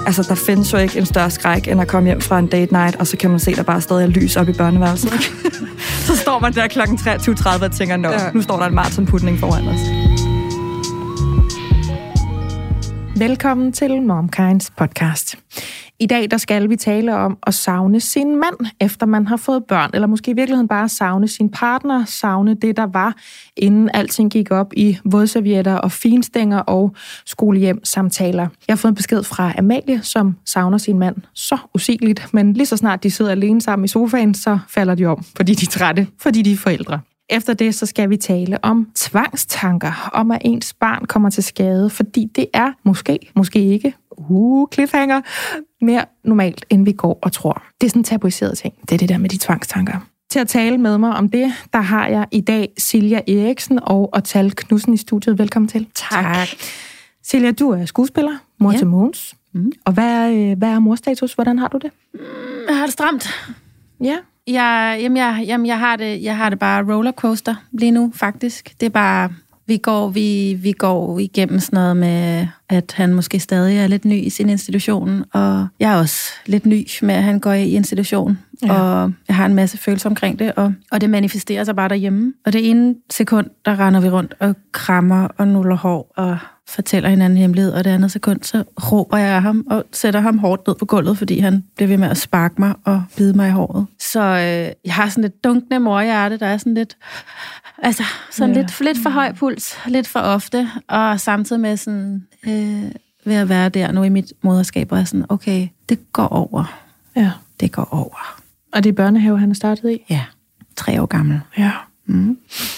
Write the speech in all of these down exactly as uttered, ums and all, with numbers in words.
Altså, der findes jo ikke en større skræk, end at komme hjem fra en date night, og så kan man se, der bare stadig er lys op i børneværelset. Så står man der klokken treogtyve tredive og tænker, nå, ja. nu står der en maratonputning foran os. Velkommen til MomKinds podcast. I dag der skal vi tale om at savne sin mand, efter man har fået børn, eller måske i virkeligheden bare savne sin partner, savne det, der var, inden alting gik op i vådservietter og finstænger og skolehjem-samtaler. Jeg har fået en besked fra Amalie, som savner sin mand så usigeligt, men lige så snart de sidder alene sammen i sofaen, så falder de om, fordi de er trætte, fordi de er forældre. Efter det, så skal vi tale om tvangstanker, om at ens barn kommer til skade, fordi det er måske, måske ikke, uh, cliffhanger, mere normalt, end vi går og tror. Det er sådan en tabuiseret ting. Det er det der med de tvangstanker. Til at tale med mig om det, der har jeg i dag Silja Eriksen og Otal Knudsen i studiet. Velkommen til. Tak. tak. Silja, du er skuespiller, mor ja. til Mogens. Mm. Og hvad er, hvad er morstatus? Hvordan har du det? Jeg har det stramt. Ja. Jeg, jamen, jeg, jamen, jeg, har det, jeg har det bare rollercoaster lige nu, faktisk. Det er bare, vi går, vi, vi går igennem sådan noget med, at han måske stadig er lidt ny i sin institution, og jeg er også lidt ny med, at han går i institution, ja. og jeg har en masse følelser omkring det, og, og det manifesterer sig bare derhjemme. Og det ene sekund, der render vi rundt og krammer og nuller hår og fortæller hinanden hemmelighed, og det andet sekund, så råber jeg af ham og sætter ham hårdt ned på gulvet, fordi han bliver ved med at sparke mig og bide mig i håret. Så øh, jeg har sådan lidt dunkende morhjerte, der er sådan lidt, altså sådan ja. lidt, lidt for høj puls, lidt for ofte, og samtidig med sådan, øh, ved at være der nu i mit moderskab, og er sådan, okay, det går over. Ja. Det går over. Og det er børnehave, han er startet i? Ja, tre år gammel. Ja. Mm.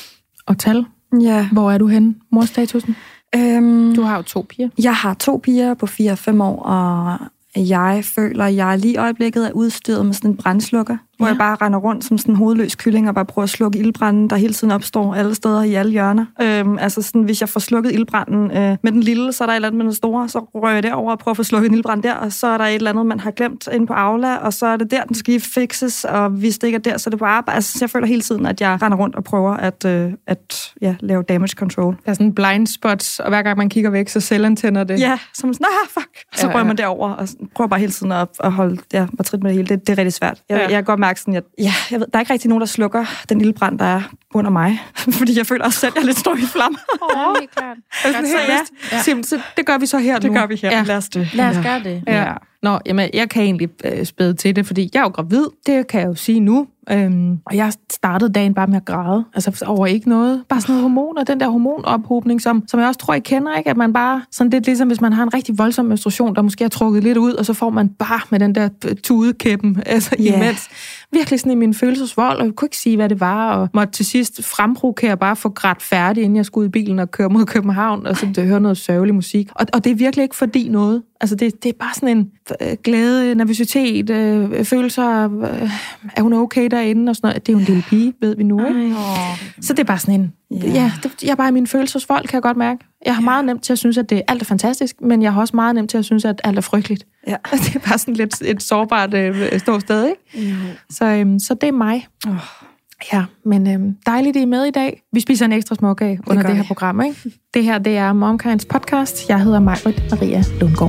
Og Tal, ja. hvor er du henne, morstatusen? Øhm, du har jo to piger. Jeg har to piger på fire og fem år, og jeg føler, at jeg lige i øjeblikket er udstyret med sådan en brandslukker, ja. hvor jeg bare render rundt som sådan en hovedløs kylling og bare prøver at slukke ildbranden, der hele tiden opstår alle steder i alle hjørner. Øhm, altså sådan, hvis jeg får slukket ildbranden øh, med den lille, så er der et eller andet med den store, så rører jeg derover og prøver at få slukket en ildbrand der, og så er der et eller andet, man har glemt inde på Aula, og så er det der, den skal lige fixes, og hvis det ikke er der, så er det på arbejde. Altså, jeg føler hele tiden, at jeg render rundt og prøver at, øh, at ja, lave damage control. Der er sådan blind spots, og hver gang man kigger væk, så selvantænder det. Ja, som sådan, ah, fuck. Så rører man derover og prøver bare hele tiden at, at holde ja, mig trit med det hele. Det, det er rigtig svært. Jeg, ja. jeg kan godt mærke sådan, at ja, jeg ved, der er ikke rigtig nogen, der slukker den lille brand, der er under mig. Fordi jeg føler også selv, at jeg lidt står i flammer. Åh, oh, helt klart. Altså, ja. Ja. Så det gør vi så her det nu. Det gør vi her. Ja. Lad os det. Lad os gøre det. Ja. Ja. Nå, jamen, jeg kan egentlig øh, spæde til det, fordi jeg er jo gravid. Det kan jeg jo sige nu. Øhm, og jeg startede dagen bare med at græde. Altså over ikke noget. Bare sådan noget hormoner. Den der hormonophobning, som, som jeg også tror, I kender, ikke? At man bare, sådan lidt ligesom hvis man har en rigtig voldsom menstruation, der måske er trukket lidt ud, og så får man bare med den der tudekæppen, altså yeah. imens. Virkelig sådan i min følelsesvold, og jeg kunne ikke sige, hvad det var, og måtte til sidst fremprovokere bare få grædt færdig, inden jeg skulle ud i bilen og køre mod København, og så det høre noget sørgelig musik. Og, og det er virkelig ikke fordi noget. Altså det, det er bare sådan en øh, glæde, nervøsitet, øh, følelser, øh, er hun okay derinde, og sådan noget. Det er jo en lille pige, ved vi nu, ikke? Ej, så det er bare sådan en, yeah. ja, det, jeg er bare i min følelsesvold, kan jeg godt mærke. Jeg har yeah. meget nemt til at synes, at det alt er fantastisk, men jeg har også meget nemt til at synes, at alt er frygteligt. Ja. Det er bare sådan lidt et sårbart øh, ståsted, ikke? Mm. Så, øhm, så det er mig. Oh. Ja, men øhm, dejligt, at I er med i dag. Vi spiser en ekstra småkage under det, det her vi. program, ikke? Det her, det er MomKinds podcast. Jeg hedder Maj-Britt Maria Lundgaard.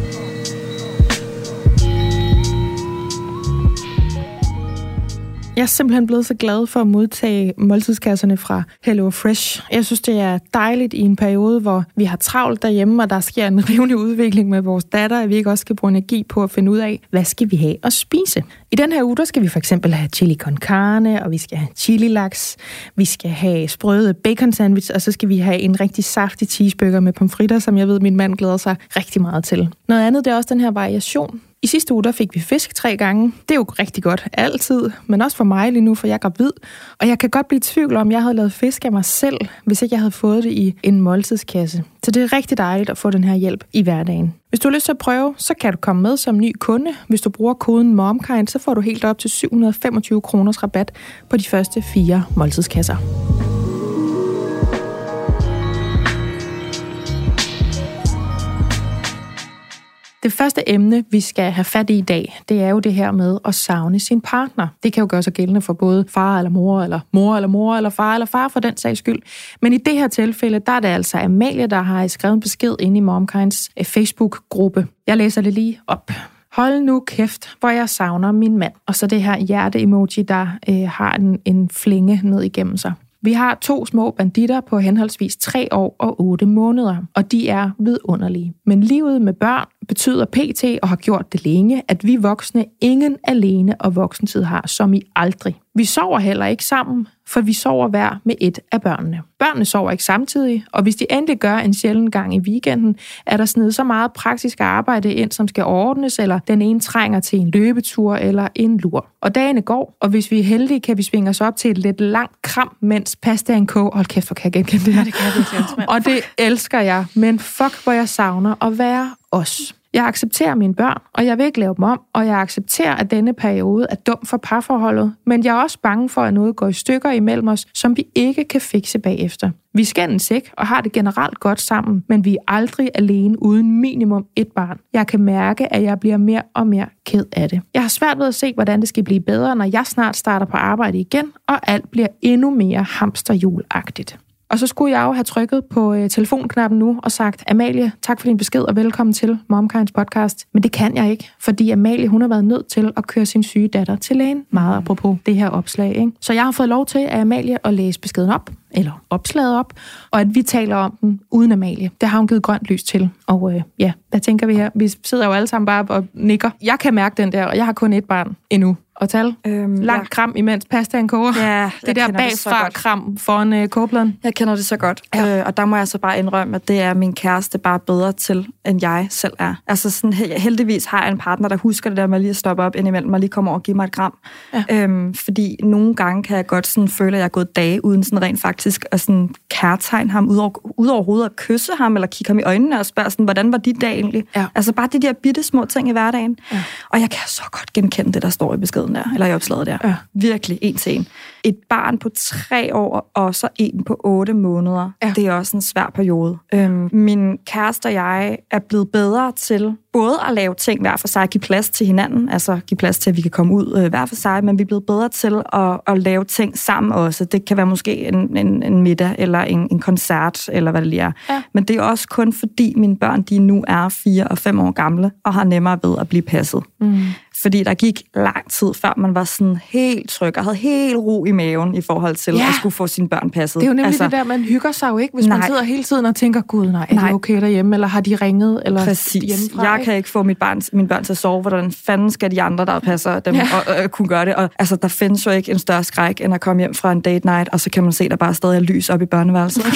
Jeg er simpelthen blevet så glad for at modtage måltidskasserne fra Hello Fresh. Jeg synes, det er dejligt i en periode, hvor vi har travlt derhjemme, og der sker en rivende udvikling med vores datter, at vi ikke også skal bruge energi på at finde ud af, hvad skal vi have at spise. I den her uge, der skal vi for eksempel have chili con carne, og vi skal have chili laks, vi skal have sprøde bacon sandwich, og så skal vi have en rigtig saftig cheeseburger med pomfritter, som jeg ved, min mand glæder sig rigtig meget til. Noget andet, det er også den her variation. I sidste uge, der fik vi fisk tre gange. Det er jo rigtig godt altid, men også for mig lige nu, for jeg er gravid. Og jeg kan godt blive i tvivl om, jeg havde lavet fisk af mig selv, hvis ikke jeg havde fået det i en måltidskasse. Så det er rigtig dejligt at få den her hjælp i hverdagen. Hvis du har lyst til at prøve, så kan du komme med som ny kunde. Hvis du bruger koden MomKind, så får du helt op til syv hundrede og femogtyve kroners rabat på de første fire måltidskasser. Det første emne, vi skal have fat i i dag, det er jo det her med at savne sin partner. Det kan jo gøre sig gældende for både far eller mor, eller mor eller mor, eller far eller far for den sags skyld. Men i det her tilfælde, der er det altså Amalie, der har skrevet en besked inde i MomKinds Facebook-gruppe. Jeg læser det lige op. Hold nu kæft, hvor jeg savner min mand. Og så det her hjerte-emoji, der øh, har en, en flænge ned igennem sig. Vi har to små banditter på henholdsvis tre år og otte måneder, og de er vidunderlige. Men livet med børn betyder pt. Og har gjort det længe, at vi voksne ingen alene og voksentid har, som i aldrig. Vi sover heller ikke sammen, for vi sover hver med et af børnene. Børnene sover ikke samtidig, og hvis de endelig gør en sjælden gang i weekenden, er der snedet så meget praktisk arbejde ind, som skal ordnes, eller den ene trænger til en løbetur eller en lur. Og dagene går, og hvis vi er heldige, kan vi svinge os op til et lidt langt kram, mens pastaen koger. Hold kæft, hvor kan jeg genkende det her. Ja, det kan jeg virkelig. Og det elsker jeg, men fuck, hvor jeg savner at være os. Jeg accepterer mine børn, og jeg vil ikke lave dem om, og jeg accepterer, at denne periode er dum for parforholdet, men jeg er også bange for, at noget går i stykker imellem os, som vi ikke kan fikse bagefter. Vi skændes ikke og har det generelt godt sammen, men vi er aldrig alene uden minimum et barn. Jeg kan mærke, at jeg bliver mere og mere ked af det. Jeg har svært ved at se, hvordan det skal blive bedre, når jeg snart starter på arbejde igen, og alt bliver endnu mere hamsterhjulagtigt. Og så skulle jeg jo have trykket på øh, telefonknappen nu og sagt, Amalie, tak for din besked og velkommen til MomKinds podcast. Men det kan jeg ikke, fordi Amalie, hun har været nødt til at køre sin syge datter til lægen. Meget apropos det her opslag, ikke? Så jeg har fået lov til af Amalie at læse beskeden op, eller opslaget op, og at vi taler om den uden Amalie. Det har hun givet grønt lys til. Og øh, ja, hvad tænker vi her? Vi sidder jo alle sammen bare og nikker. Jeg kan mærke den der, og jeg har kun et barn endnu. Og tal. Øhm, Langt ja. kram, imens pastaen koger. Ja, det der bagfra kram foran øh, kogepladen. Jeg kender det så godt. Ja. Øh, og der må jeg så bare indrømme, at det er min kæreste bare bedre til, end jeg selv er. Altså sådan, heldigvis har jeg en partner, der husker det der med lige at stoppe op indimellem og lige komme over og give mig et kram. Ja. Øhm, fordi nogle gange kan jeg godt sådan føle, at jeg er gået dage uden sådan rent faktisk at sådan kærtegne ham ud over, ud over hovedet og kysse ham, eller kigge ham i øjnene og spørge sådan, hvordan var dit dag egentlig? Ja. Altså bare de der bitte små ting i hverdagen. Ja. Og jeg kan så godt genkende det, der står i beskeden der, eller i opslaget der. Ja. Virkelig, en til en. Et barn på tre år, og så en på otte måneder. Ja. Det er også en svær periode. Øhm, min kæreste og jeg er blevet bedre til både at lave ting hver for sig, give plads til hinanden, altså give plads til, at vi kan komme ud øh, hver for sig, men vi er blevet bedre til at, at lave ting sammen også. Det kan være måske en, en, en middag, eller en, en koncert, eller hvad det lige er. Ja. Men det er også kun fordi mine børn, de nu er fire og fem år gamle, og har nemmere ved at blive passet. Mm. Fordi der gik lang tid, før man var sådan helt tryg, og havde helt ro i maven i forhold til ja. at skulle få sine børn passet. Det er jo nemlig altså, det der, man hygger sig jo ikke, hvis nej. man sidder hele tiden og tænker, gud nej, er nej. det okay derhjemme, eller har de ringet, eller præcis. Hjemmefra, jeg kan ikke få mit barn, mine børn til at sove, hvordan fanden skal de andre, der passer dem, ja. og, og kunne gøre det. Og altså, der findes jo ikke en større skræk, end at komme hjem fra en date night, og så kan man se, der bare stadig er lys op i børneværelset.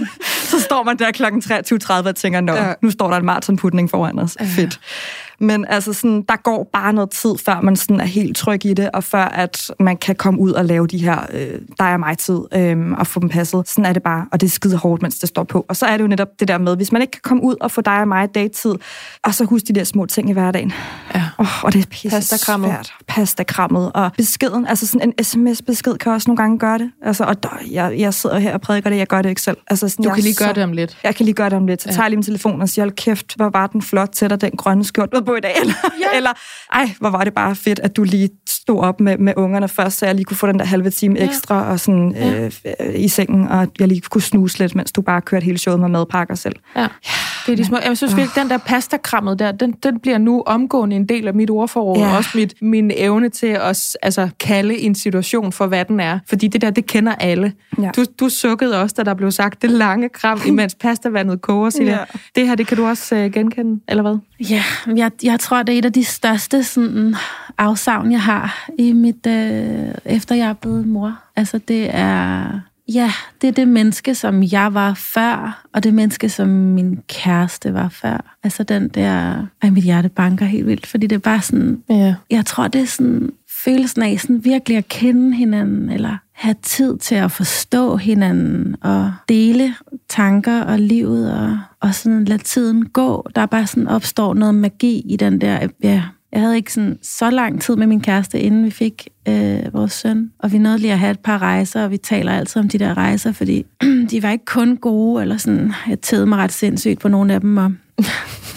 Så står man der klokken treogtyve tredive og tænker, nå, ja. nu står der en maratonputning foran os. Ja. Fedt. Men altså sådan, der går bare noget tid, før man sådan er helt tryg i det, og før at man kan komme ud og lave de her øh, dig og mig-tid øh, og få dem passet. Sådan er det bare, og det er skide hårdt, mens det står på. Og så er det jo netop det der med, hvis man ikke kan komme ud og få dig og mig date-tid, og så husk de der små ting i hverdagen. Ja. Oh, og det er pisse svært. Pastakrammet og beskeden. Altså sådan en sms-besked kan også nogle gange gøre det. Altså, og der, jeg, jeg sidder her og prædiker det, jeg gør det ikke selv. Altså sådan, du kan lige så, gøre det om lidt. Jeg kan lige gøre det om lidt. Så ja. tager jeg lige min telefon og siger, hold kæft, hvor var den flot til dig, den grønne skjorte på i dag. Eller, ja. eller ej, hvor var det bare fedt, at du lige stod op med, med ungerne først, så jeg lige kunne få den der halve time ekstra ja. og sådan, ja. øh, i sengen, og jeg lige kunne snuse lidt, mens du bare kørte hele showet med madpakker selv. Ja. Ja, det er de små. Jeg synes virkelig, den der pastakrammet der, den, den bliver nu omgående en del af mit ordforråd, ja. og også mit, min evne til at altså, kalde en situation for, hvad den er. Fordi det der, det kender alle. Ja. Du, du sukkede også, da der blev sagt det lange kram, imens pastavandet koger, Silja. Ja. Det her, det kan du også uh, genkende, eller hvad? Ja, jeg, jeg tror, det er et af de største sådan, afsavn, jeg har i mit, øh, efter jeg er blevet mor. Altså, det er... Ja, det er det menneske, som jeg var før, og det menneske, som min kæreste var før. Altså den der... Ej, mit hjerte banker helt vildt, fordi det er bare sådan... Ja. Jeg tror, det er sådan følelsen af sådan virkelig at kende hinanden, eller have tid til at forstå hinanden, og dele tanker og livet, og, og sådan lade tiden gå. Der bare sådan opstår noget magi i den der... Ja, jeg havde ikke sådan så lang tid med min kæreste, inden vi fik øh, vores søn. Og vi nåede lige at have et par rejser, og vi taler altid om de der rejser, fordi de var ikke kun gode, eller sådan, jeg tædede mig ret sindssygt på nogle af dem, og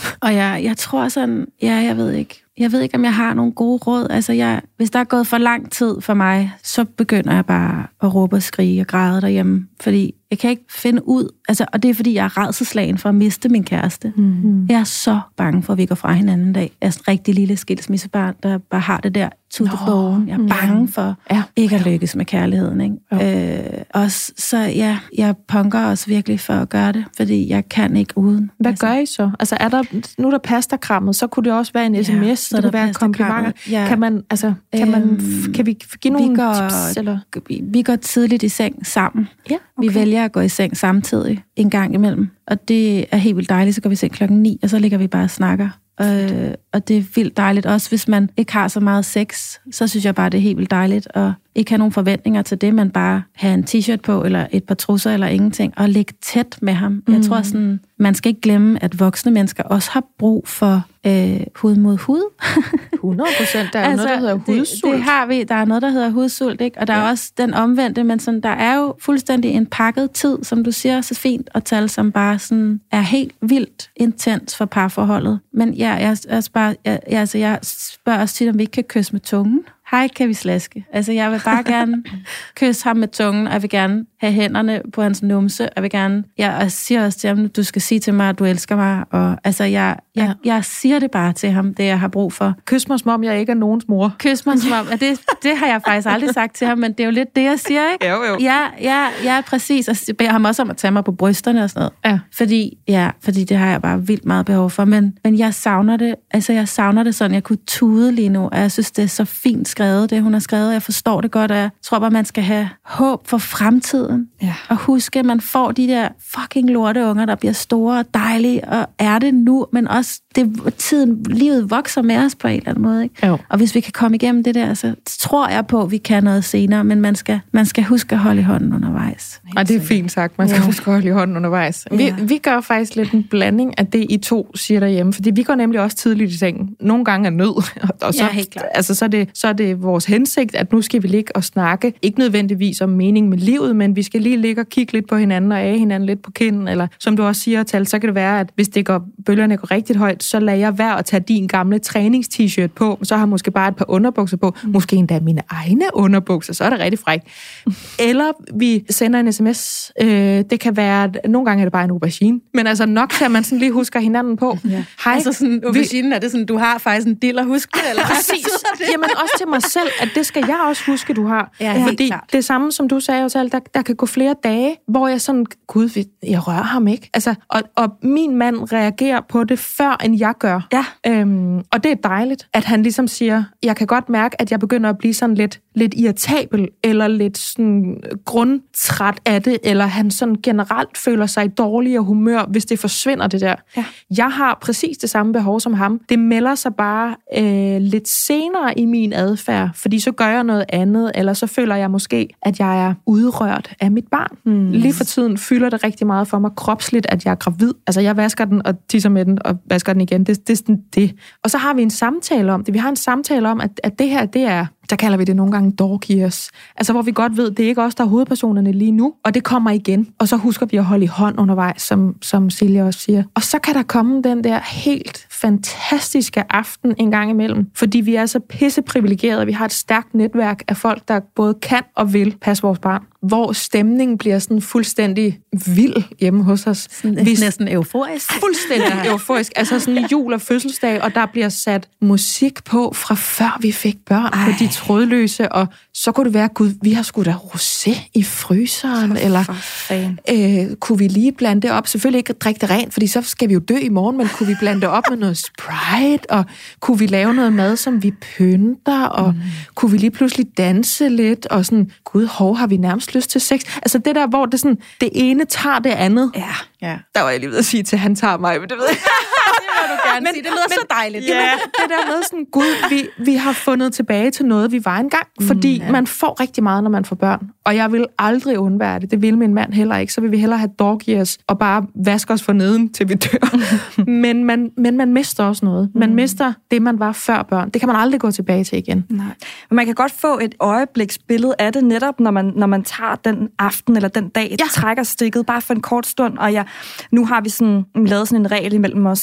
Og jeg, jeg tror sådan, ja, jeg ved ikke, jeg ved ikke, om jeg har nogle gode råd. Altså, jeg, hvis der er gået for lang tid for mig, så begynder jeg bare at råbe og skrige og græde derhjemme, fordi jeg kan ikke finde ud, altså, og det er, fordi jeg er rædselsslagen for at miste min kæreste. Mm. Jeg er så bange for, at vi går fra hinanden en dag. Jeg er sådan en rigtig lille skilsmissebarn, der bare har det der to the bone. Jeg er bange for ja. ikke at lykkes med kærligheden. Ikke? Øh, og så ja, jeg punker også virkelig for at gøre det, fordi jeg kan ikke uden. Hvad altså. gør I så? Altså, er der, nu er der pastakrammet, så kunne det også være en sms, så det kunne være komplimenter. Ja. Kan man, altså, kan man, øhm, kan vi give nogle vi går, tips? Eller? Vi går tidligt i seng sammen. Ja, okay. Vi vælger at gå i seng samtidig, en gang imellem. Og det er helt vildt dejligt, så går vi i seng klokken ni, og så ligger vi bare og snakker. Øh, og det er vildt dejligt, også hvis man ikke har så meget sex, så synes jeg bare, det er helt vildt dejligt at ikke have nogen forventninger til det, men bare have en t-shirt på, eller et par trusser, eller ingenting, og ligge tæt med ham. Mm. Jeg tror sådan, man skal ikke glemme, at voksne mennesker også har brug for øh, hud mod hud. hundrede procent. Der er altså, noget, der hedder hudsult. Det, det har vi. Der er noget, der hedder hudsult, ikke? Og der ja. er også den omvendte, men sådan, der er jo fuldstændig en pakket tid, som du siger så fint, og tal, som bare sådan er helt vildt intens for parforholdet. Men ja, jeg, jeg, spørger, jeg, jeg, altså, jeg spørger også tit, om vi ikke kan kysse med tungen. Hej, kan vi slaske? Altså, jeg vil bare gerne kysse ham med tungen, og jeg vil gerne have hænderne på hans numse, og jeg vil gerne... Jeg siger også til ham, du skal sige til mig, at du elsker mig, og altså, jeg, jeg, ja. jeg siger det bare til ham, det jeg har brug for. Kys mig, som om jeg ikke er nogens mor. Kys mig, som om... Ja, det, det har jeg faktisk aldrig sagt til ham, men det er jo lidt det, jeg siger, ikke? Jo, jo. Ja, ja, ja, præcis. Og jeg beder ham også om at tage mig på brysterne og sådan noget. Ja. Fordi, ja, fordi det har jeg bare vildt meget behov for, men, men jeg savner det, altså jeg savner det sådan, jeg kunne tude lige nu, og jeg synes, det er så fint skrevet, det hun har skrevet, jeg forstår det godt, og jeg tror bare, man skal have håb for fremtiden. Ja. Og huske, at man får de der fucking lorteunger, der bliver store og dejlige, og er det nu, men også det, tiden, livet vokser med os på en eller anden måde. Ikke? Og hvis vi kan komme igennem det der, så tror jeg på, at vi kan noget senere, men man skal, man skal huske at holde i hånden undervejs. Og det er fint sagt, man skal ja. huske at holde i hånden undervejs. Vi, ja. vi gør faktisk lidt en blanding af det, I to siger derhjemme, fordi vi går nemlig også tidligt i sengen. Nogle gange er nød, og så, ja, helt klart. Altså, så, er det, så er det vores hensigt, at nu skal vi ligge og snakke, ikke nødvendigvis om mening med livet, men vi skal lige ligge og kigge lidt på hinanden og af hinanden lidt på kinden, eller som du også siger, Tal, så kan det være, at hvis det går, bølgerne går rigtig højt, så lader jeg være at tage din gamle trænings-t-shirt på, så har jeg måske bare et par underbukser på, mm. måske endda mine egne underbukser, så er det rigtig frækt. Eller vi sender en sms, øh, det kan være, at nogle gange er det bare en aubergine, men altså nok til, at man sådan lige husker hinanden på. Ja. Hej, altså sådan, aubergine, vi... er det sådan, du har faktisk en diller, husk det, eller? Præcis. Jamen også til mig selv, at det skal jeg også huske, du har. Ja, fordi det samme, som du sagde også, der, der kan gå flere dage, hvor jeg sådan, gud, jeg rører ham ikke. Altså, og, og min mand reagerer på det, før end jeg gør. Ja. Øhm, og det er dejligt, at han ligesom siger, jeg kan godt mærke, at jeg begynder at blive sådan lidt, lidt irritabel, eller lidt sådan grundtræt af det, eller han sådan generelt føler sig i dårligere humør, hvis det forsvinder det der. Ja. Jeg har præcis det samme behov som ham. Det melder sig bare øh, lidt senere i min adfærd, fordi så gør jeg noget andet, eller så føler jeg måske, at jeg er udrørt af mit barn. Mm. Lige for tiden fylder det rigtig meget for mig kropsligt, at jeg er gravid. Altså, jeg vasker den og tisser med den og vasker den igen. Det, det er sådan det. Og så har vi en samtale om det. Vi har en samtale om, at, at det her, det er, der kalder vi det nogle gange dog years. Altså, hvor vi godt ved, det er ikke os, der er hovedpersonerne lige nu, og det kommer igen. Og så husker vi at holde i hånd undervejs, som, som Silja også siger. Og så kan der komme den der helt fantastiske aften en gang imellem, fordi vi er så pisseprivilegerede. Vi har et stærkt netværk af folk, der både kan og vil passe vores barn, hvor stemningen bliver sådan fuldstændig vild hjemme hos os. Sådan, vi, næsten euforisk. Fuldstændig ja. euforisk. Altså sådan jul og fødselsdag, og der bliver sat musik på fra før vi fik børn. Ej. På de trådløse, og så kunne det være, gud, vi har sgu da rosé i fryseren, eller øh, kunne vi lige blande det op? Selvfølgelig ikke drikke det rent, fordi så skal vi jo dø i morgen, men kunne vi blande det op med noget Sprite, og kunne vi lave noget mad, som vi pynter, og mm. kunne vi lige pludselig danse lidt, og sådan, gud, hov, har vi nærmest lyst til sex? Altså det der, hvor det sådan, det ene tager det andet. Ja, ja. Der var jeg lige ved at sige til, han tager mig, men det ved jeg men, sige. Det lyder men, så dejligt. Ja, det der med sådan, gud, vi, vi har fundet tilbage til noget, vi var engang. Fordi mm, ja. man får rigtig meget, når man får børn. Og jeg vil aldrig undvære det. Det vil min mand heller ikke. Så vil vi hellere have dog years og bare vaske os for neden, til vi dør. men, man, men man mister også noget. Man mm. mister det, man var før børn. Det kan man aldrig gå tilbage til igen. Nej. Men man kan godt få et øjebliksbillede af det netop, når man, når man tager den aften eller den dag, ja. trækker stikket bare for en kort stund. Og ja, nu har vi sådan, lavet sådan en regel imellem os, at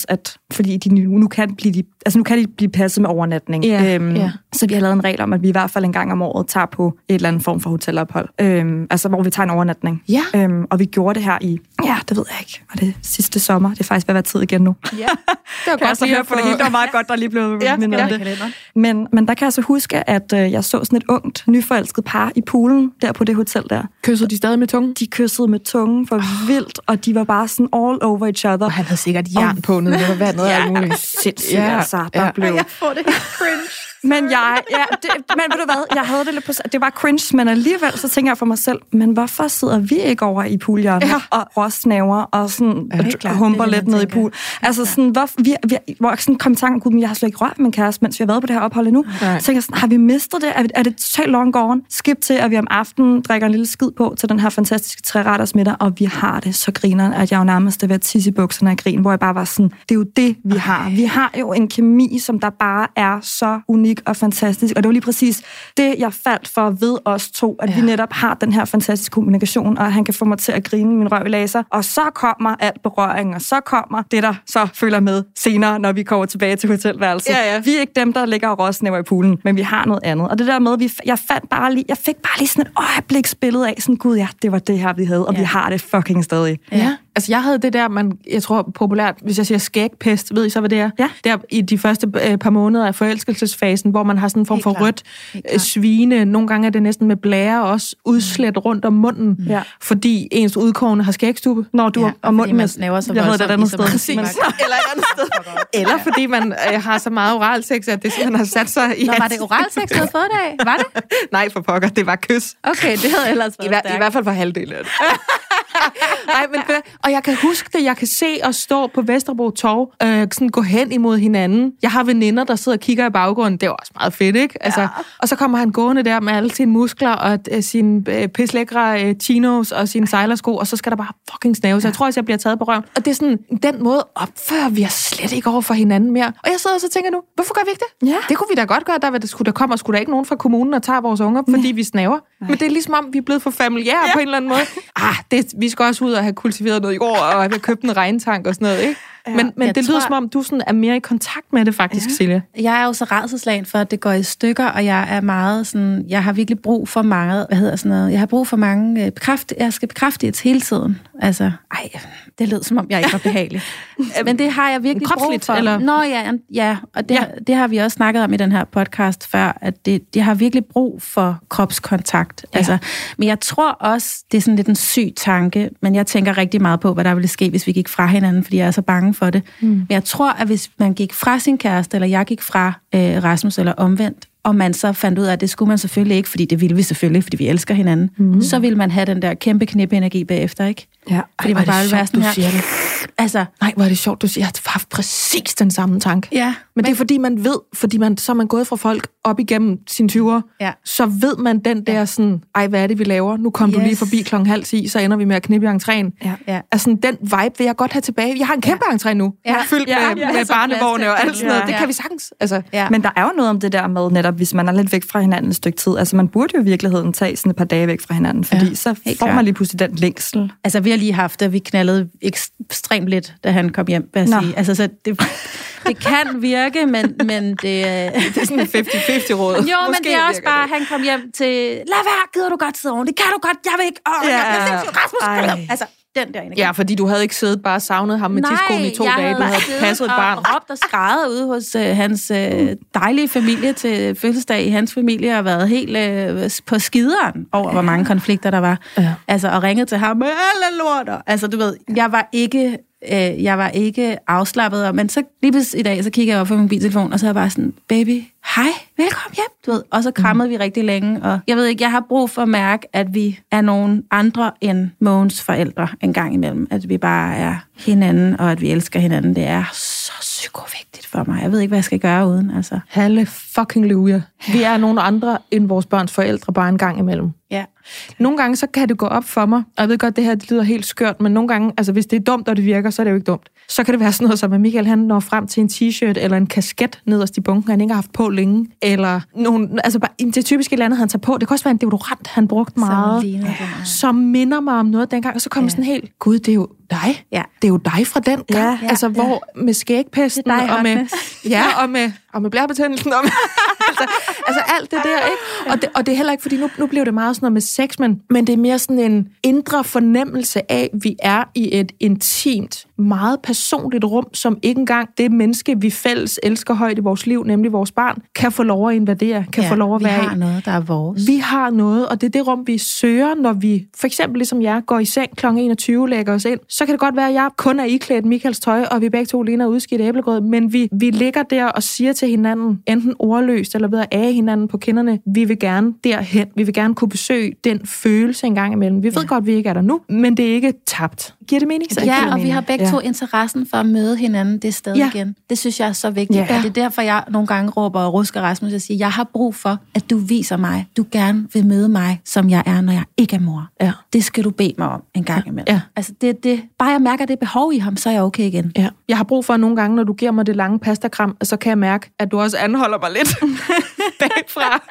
fordi de nu, nu, kan blive de, altså nu kan de blive passet med overnatning. Yeah, øhm, yeah. Så vi har lavet en regel om, at vi i hvert fald en gang om året tager på et eller andet form for hotelophold. Øhm, altså, hvor vi tager en overnatning. Ja. Øhm, og vi gjorde det her i, ja, det ved jeg ikke, var det sidste sommer? Det er faktisk ved at være tid igen nu. Ja, det var kan godt lige at få det hele. Det var meget godt, der lige blev ja, mindet ja. det. Men, men der kan jeg så huske, at øh, jeg så sådan et ungt, nyforelsket par i poolen, der på det hotel der. Kyssede de stadig med tungen? De kyssede med tungen for oh. vildt, og de var bare sådan all over each other. Og han havde sikkert jern og... på nede under vandet. Ja, alt muligt. Sindssygt, ja, altså. Der ja. blev... Jeg får det helt cringe. Men jeg, ja, det, men ved du hvad, jeg havde det lidt på, det var cringe, men alligevel så tænker jeg for mig selv, men hvorfor sidder vi ikke over i poolhjørnet ja. og råsnaver og sådan ja, klar, humper lidt ned i pool? Altså sådan, hvor, vi, vi, hvor sådan kom i tanken, gud, men jeg har slet ikke rørt min kæreste, mens vi har været på det her ophold endnu. Nej. Så tænker jeg sådan, har vi mistet det? Er, er det totalt long gone? Skip til, at vi om aftenen drikker en lille skid på til den her fantastiske tre-retters middag, og vi har det så grineren, at jeg jo nærmest er ved at tisse i bukserne af grin, hvor jeg bare var sådan, det er jo det, vi har. Vi har jo en kemi, som der bare er så unik og fantastisk. Og det var lige præcis det, jeg faldt for ved os to, at ja. vi netop har den her fantastiske kommunikation, og han kan få mig til at grine min røv i laser. Og så kommer alt berøring, og så kommer det, der så følger med senere, når vi kommer tilbage til hotelværelset. Ja, ja. Vi er ikke dem, der ligger og råsnæver i poolen, men vi har noget andet. Og det der med, vi, jeg fandt bare lige, jeg fik bare lige sådan et øjebliksbillede af, sådan, gud ja, det var det her, vi havde, og ja. vi har det fucking stadig. Ja. Altså, jeg havde det der, man, jeg tror populært, hvis jeg siger skægpest, ved I så, hvad det er? Ja. Der i de første øh, par måneder af forelskelsesfasen, hvor man har sådan en form for rødt øh, svine. Nogle gange er det næsten med blære også udslet rundt om munden, ja. fordi ens udkårne har skægstube. Når du ja, og munden med snæver så jeg havde det et andet sted. Præcis. Eller et andet sted. Eller fordi man øh, har så meget oralsex, at det simpelthen har sat sig i. Nå, var det oralsex, du havde fået det af? Var det? Nej, for pokker, det var kys. Okay, det havde ellers været I, hver, I hvert fald for halvdelen af det. Nej, men, og jeg kan huske det, jeg kan se og stå på Vesterbro Torv, øh, sådan gå hen imod hinanden. Jeg har veninder, der sidder og kigger i baggrunden. Det er også meget fedt, ikke? Altså, ja. Og så kommer han gående der med alle sine muskler og øh, sine øh, pislækre øh, chinos og sine sejlersko, og så skal der bare fucking snave. Så jeg tror også, jeg bliver taget på røven. Og det er sådan, den måde opfører vi os slet ikke over for hinanden mere. Og jeg sidder og så tænker nu, hvorfor gør vi ikke det? Ja. Det kunne vi da godt gøre. Der, der, skulle, der kommer sgu da ikke nogen fra kommunen og tager vores unger, fordi ja. vi snaver. Nej. Men det er ligesom om, vi er blevet for familiære ja. på en eller anden måde. Ah, det, vi skal også ud og have kultiveret noget jord, og have købt en regntank og sådan noget, ikke? Ja, men men det lyder tror... som om, du sådan er mere i kontakt med det faktisk, ja. Silja. Jeg er jo så rædselslagen for, at det går i stykker, og jeg er meget sådan, jeg har virkelig brug for mange, hvad hedder sådan noget, jeg har brug for mange øh, bekræfte, jeg skal bekræfte et hele tiden. Altså, ej, det lød som om, jeg ikke var behagelig. Men det har jeg virkelig brug for. Eller? Nå ja, ja og det, ja. det har vi også snakket om i den her podcast før, at det, det har virkelig brug for kropskontakt. Ja. Altså, men jeg tror også, det er sådan lidt en syg tanke, men jeg tænker rigtig meget på, hvad der ville ske, hvis vi gik fra hinanden, fordi jeg er så bange for det. Mm. Men jeg tror, at hvis man gik fra sin kæreste, eller jeg gik fra øh, Rasmus, eller omvendt, og man så fandt ud af, at det skulle man selvfølgelig ikke, fordi det ville vi selvfølgelig, fordi vi elsker hinanden, mm. så ville man have den der kæmpe knippe-energi bagefter, ikke? Ja. Fordi man bare ville være sådan her. Siger det. Altså, nej, hvor er det sjovt, du siger, jeg har haft præcis den samme tanke. Ja. Men, men det er fordi, man ved, fordi man, så er man gået fra folk op igennem sine tyvere, ja. så ved man den der sådan, ej, hvad er det, vi laver? Nu kom yes. du lige forbi klokken halv ti, så ender vi med at knippe i entréen. Ja. Ja. Altså, den vibe vil jeg godt have tilbage. Jeg har en kæmpe ja. entré nu, ja. fyldt ja. med, ja. med barnevogne og alt sådan noget. Ja. Det kan vi sagtens. Altså. Ja. Men der er jo noget om det der med netop, hvis man er lidt væk fra hinanden et stykke tid. Altså, man burde jo i virkeligheden tage sådan et par dage væk fra hinanden, fordi ja. så får man lige pludselig den længsel. Altså, vi har lige haft det, vi knaldede ekstremt lidt, da han kom hjem, vil jeg sige. Altså, så det, det kan virke, men, men det... det er sådan en halvtreds halvtreds råd. Jo, Måske men det er også bare, det. Han kom hjem til, lad være, gider du godt sidde oven, det kan du godt, jeg vil ikke, åh, ja. jeg vil ikke, Rasmus, altså, den der energi. Ja, fordi du havde ikke siddet bare savnet ham med tidskolen i to dage, du havde passet et barn. Nej, jeg råbt og skræddet ude hos øh, hans øh, dejlige familie til fødselsdag i hans familie, og været helt øh, på skideren over, ja. hvor mange konflikter der var. Ja. Altså, og ringet til ham med alle lorter. Altså, du ved, jeg var ikke... Øh, jeg var ikke afslappet, men så lige pludselig i dag, så kigger jeg op på min mobiltelefon, og så er jeg bare sådan, baby, hej, velkommen hjem, du ved. Og så krammede mm. vi rigtig længe, og jeg ved ikke, jeg har brug for at mærke, at vi er nogen andre end Mogens forældre en gang imellem. At vi bare er hinanden, og at vi elsker hinanden. Det er så psykovigtigt for mig. Jeg ved ikke, hvad jeg skal gøre uden, altså. Halle fucking Luja. Vi er nogen andre end vores børns forældre bare en gang imellem. Ja. Nogle gange, så kan det gå op for mig, og jeg ved godt, det her det lyder helt skørt, men nogle gange, altså hvis det er dumt, og det virker, så er det jo ikke dumt. Så kan det være sådan noget som, at Michael han når frem til en t-shirt eller en kasket nederst i bunken, han ikke har haft på længe, eller nogle, altså bare, det typiske eller andet, han tager på. Det kan også være en deodorant, han brugte meget, som, som minder mig om noget dengang, og så kommer ja. sådan helt, gud, det er jo dig. Ja. Det er jo dig fra den gang. Ja, altså, ja. hvor med skægpesten, dig, og med, ja, og med, og med blærebetændelsen, og med, altså, altså alt det der, ikke? Og det, og det er heller ikke, fordi nu, nu bliver det meget sådan noget med sex, men, men det er mere sådan en indre fornemmelse af, at vi er i et intimt, meget personligt rum, som ikke engang det menneske, vi fælles elsker højt i vores liv, nemlig vores barn, kan få lov at invadere, kan ja, få lov at være i. Vi har noget, der er vores. Vi har noget, og det er det rum, vi søger, når vi, for eksempel ligesom jeg, går i seng klokken enogtyve, lægger os ind. Så kan det godt være, at jeg kun er iklædt Michaels tøj, og vi begge to ligner udskidt æblegrød, men vi, vi ligger der og siger til hinanden, enten ordløst eller ved at æge hinanden på kinderne, vi vil gerne derhen, vi vil gerne kunne besøge den følelse en gang imellem. Vi ved ja. godt, vi ikke er der nu, men det er ikke tabt. Giver det mening? Så ja, det og mening. vi har begge ja. to interessen for at møde hinanden det sted ja. igen. Det synes jeg er så vigtigt. Ja. Og det er derfor, jeg nogle gange råber og rusker Rasmus og siger, jeg har brug for, at du viser mig, du gerne vil møde mig, som jeg er, når jeg ikke er mor. Ja. Det skal du bede mig om en gang imellem. Ja. Altså, det, det, bare jeg mærker det behov i ham, så er jeg okay igen. Ja. Jeg har brug for at nogle gange, når du giver mig det lange pastakram, så kan jeg mærke, at du også anholder mig lidt bagfra.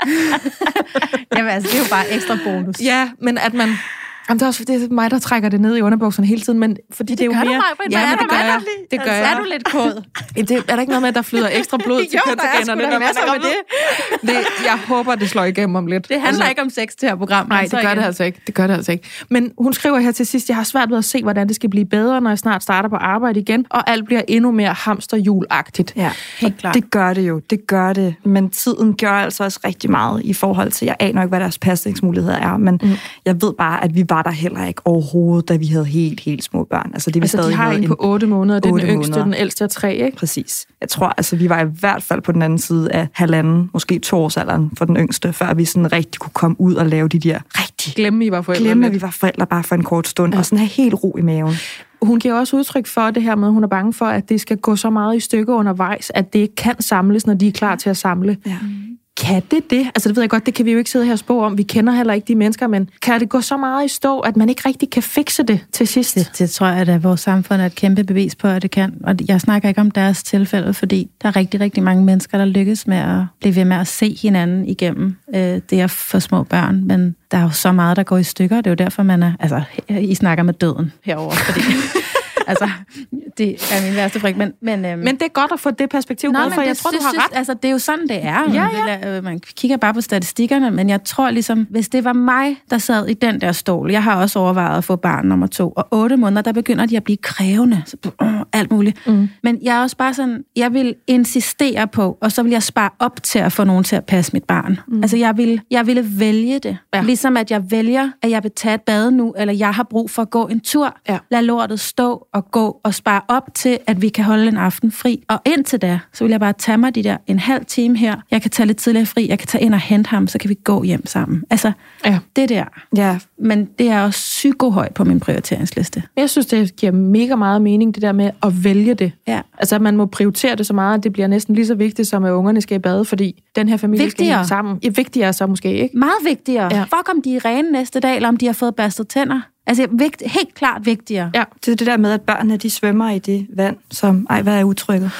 Jamen altså, det er jo bare ekstra bonus. Ja, men at man... Jamen, det er også det er mig, der trækker det ned i underbukserne hele tiden, men fordi det, det er jo mere... Det gør du, ja, men det gør jeg. Det gør jeg. Er du lidt kod? Det, er der ikke noget med, at der flyder ekstra blod til kønsorganerne? Jo, der er sgu da masser med det. det. Jeg håber, det slår igennem om lidt. Det handler altså, ikke om sex til her program. Nej, det gør igen. det altså ikke. Det gør det altså ikke. Men hun skriver her til sidst, jeg har svært ved at se, hvordan det skal blive bedre, når jeg snart starter på arbejde igen, og alt bliver endnu mere hamsterhjulagtigt. Ja, helt klart. Det gør det jo. Det gør det. Men tiden gør altså også rigtig meget i forhold til, jeg aner ikke, hvad deres pasningsmuligheder er, men mm. jeg ved bare, at vi var der heller ikke overhovedet, da vi havde helt, helt små børn. Altså, det vi altså stadig de har en på otte måneder, det er den yngste, måneder. Den ældste er tre, ikke? Præcis. Jeg tror, altså, vi var i hvert fald på den anden side af halvanden, måske toårsalderen for den yngste, før vi sådan rigtig kunne komme ud og lave de der rigtig... Glemme, vi var forældre. Glemme, at vi var forældre bare for en kort stund, ja. og sådan have helt ro i maven. Hun giver også udtryk for det her med, at hun er bange for, at det skal gå så meget i stykker undervejs, at det ikke kan samles, når de er klar til at samle. Ja. Kan det det? Altså det ved jeg godt, det kan vi jo ikke sidde her og spå om. Vi kender heller ikke de mennesker, men kan det gå så meget i stå, at man ikke rigtig kan fikse det til sidst? Det, det tror jeg, at vores samfund er et kæmpe bevis på, at det kan. Og jeg snakker ikke om deres tilfælde, fordi der er rigtig, rigtig mange mennesker, der lykkes med at blive ved med at se hinanden igennem øh, det at få små børn. Men der er jo så meget, der går i stykker. Det er jo derfor, man er... Altså, I snakker med døden herover, fordi... Altså, det er min værste frygt, men... Men, øhm, men det er godt at få det perspektiv med, for jeg tror, det, du har synes, ret. Altså, det er jo sådan, det er. Ja, ja. Man kigger bare på statistikkerne, men jeg tror ligesom, hvis det var mig, der sad i den der stol, jeg har også overvejet at få barn nummer to, og otte måneder, der begynder de at blive krævende, så, øh, alt muligt. Mm. Men jeg er også bare sådan, jeg vil insistere på, og så vil jeg spare op til at få nogen til at passe mit barn. Mm. Altså, jeg, vil, jeg ville vælge det. Ja. Ligesom at jeg vælger, at jeg vil tage et bad nu, eller jeg har brug for at gå en tur. Ja. Lad lortet stå og gå og spare op til, at vi kan holde en aften fri. Og indtil da, så vil jeg bare tage mig de der en halv time her. Jeg kan tage lidt tidligere fri, jeg kan tage ind og hente ham, så kan vi gå hjem sammen. Altså, ja. det der. Ja. Men det er også psykohøjt på min prioriteringsliste. Jeg synes, det giver mega meget mening, det der med at vælge det. Ja. Altså, at man må prioritere det så meget, at det bliver næsten lige så vigtigt, som at ungerne skal i bade, fordi den her familie vigtigere. Skal hænge sammen. Ja, vigtigere så måske, ikke? Meget vigtigere. Ja. Fuck, om de er rene næste dag, eller om de har fået bastet tænder. Altså, vigt, helt klart vigtigere. Ja, det er det der med, at børnene, de svømmer i det vand, som, ej, hvad er udtrykket?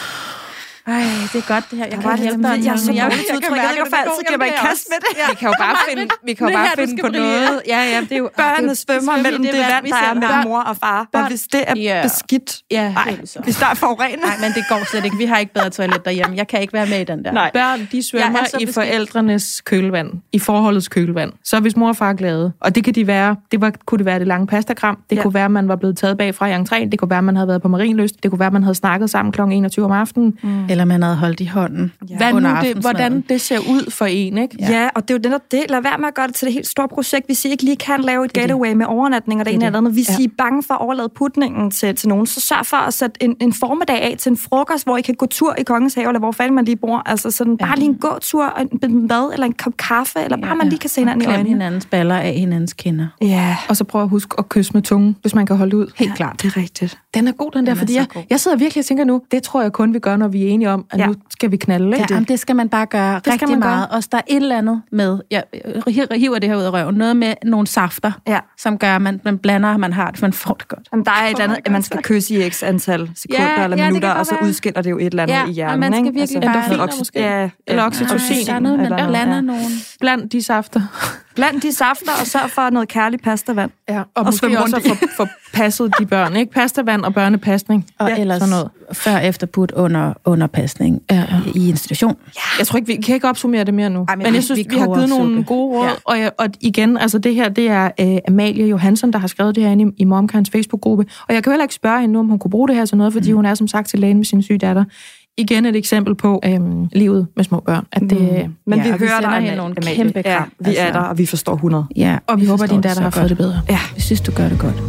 Ej, det er godt det her. Jeg kan hjælpe dig. Jeg er så dårligt udtryk. Jeg kan altid give mig i kast med det. Vi kan jo bare finde, vi kan jo bare finde på noget. Ja, ja, det er jo børnene svømmer mellem det vand, der er mellem mor og far. Og hvis det er beskidt, nej, hvis der er forurenet. Nej, men det går slet ikke. Vi har ikke bedre toilet derhjemme. Jeg kan ikke være med i den der. Nej, børn, de svømmer i forældrenes kølvand, i forholdets kølvand. Så hvis mor og far er glade, og det kan de være, det var, kunne det være det lange pastakram, det kunne være, at man var blevet taget bagfra i entréen, det kunne være, at man havde været på Marienlyst, det kunne være, at man havde snakket sammen klokken enogtyve om aftenen. Eller man havde holdt i hånden. Ja. Hvad nu det, hvordan det ser ud for en, ikke? Ja, ja, og det er jo netop det. Lad være med at gøre det til et helt stort projekt, hvis I ikke lige kan lave et getaway med overnatning og det, det ene eller andet. Hvis ja. I er bange for at overlade putningen til, til nogen, så sørg for at sætte en, en formiddag af til en frokost, hvor I kan gå tur i Kongens Have, eller hvor fanden man lige bor. Altså sådan ja. Bare lige en gåtur, en mad, eller en kop kaffe, eller bare ja. Man lige kan se hinanden i øjnene. Klem hinandens baller af hinandens kinder. Ja. Og så prøv at huske at kysse med tungen, hvis man kan holde ud. Helt ja, klart. Det er rigtigt. Den er god, den der, den fordi jeg, jeg sidder virkelig og tænker nu, det tror jeg kun, vi gør, når vi er enige enige om, at ja. nu skal vi knalde. Ikke? Ja, jamen, det skal man bare gøre det rigtig meget. Og der er et eller andet med, jeg hiver det her ud af røven, noget med nogle safter, ja. som gør, at man, man blander, man har det, man får det godt. Jamen, der er et eller andet, at man skal kysse i x antal sekunder ja, eller ja, minutter, og så være. udskiller det jo et eller andet ja, i hjernen. og man skal virkelig altså, bare... Endorfiner måske. Ja, eller oxytocin. Der er noget, man blander ja. nogen. Bland de safter. Bland de safter, og sørg for noget kærlig pastavand. Ja, og, og måske også for, for passet de børn, ikke? Pastavand og børnepasning. Og ja, ellers sådan noget. Før efter put under, under pasning ja, ja. i institution. Ja. Jeg tror ikke, vi kan ikke opsummere det mere nu. Ej, men, men jeg synes, vi, vi har givet nogle gode råd. Ja. Og, jeg, og igen, altså det her, det er uh, Amalie Johansson, der har skrevet det her inde i, i Momkinds Facebook-gruppe. Og jeg kan heller ikke spørge hende nu, om hun kunne bruge det her til noget, fordi mm. hun er som sagt til lægen med sin syge datter. Igen et eksempel på øhm, livet med små børn. At det, mm. Men ja, vi hører dig med nogle kæmpe kram. Ja, vi altså. er der, og vi forstår hundrede. Ja, og vi, vi håber, at din datter har fået det bedre. Ja, vi synes, du gør det godt.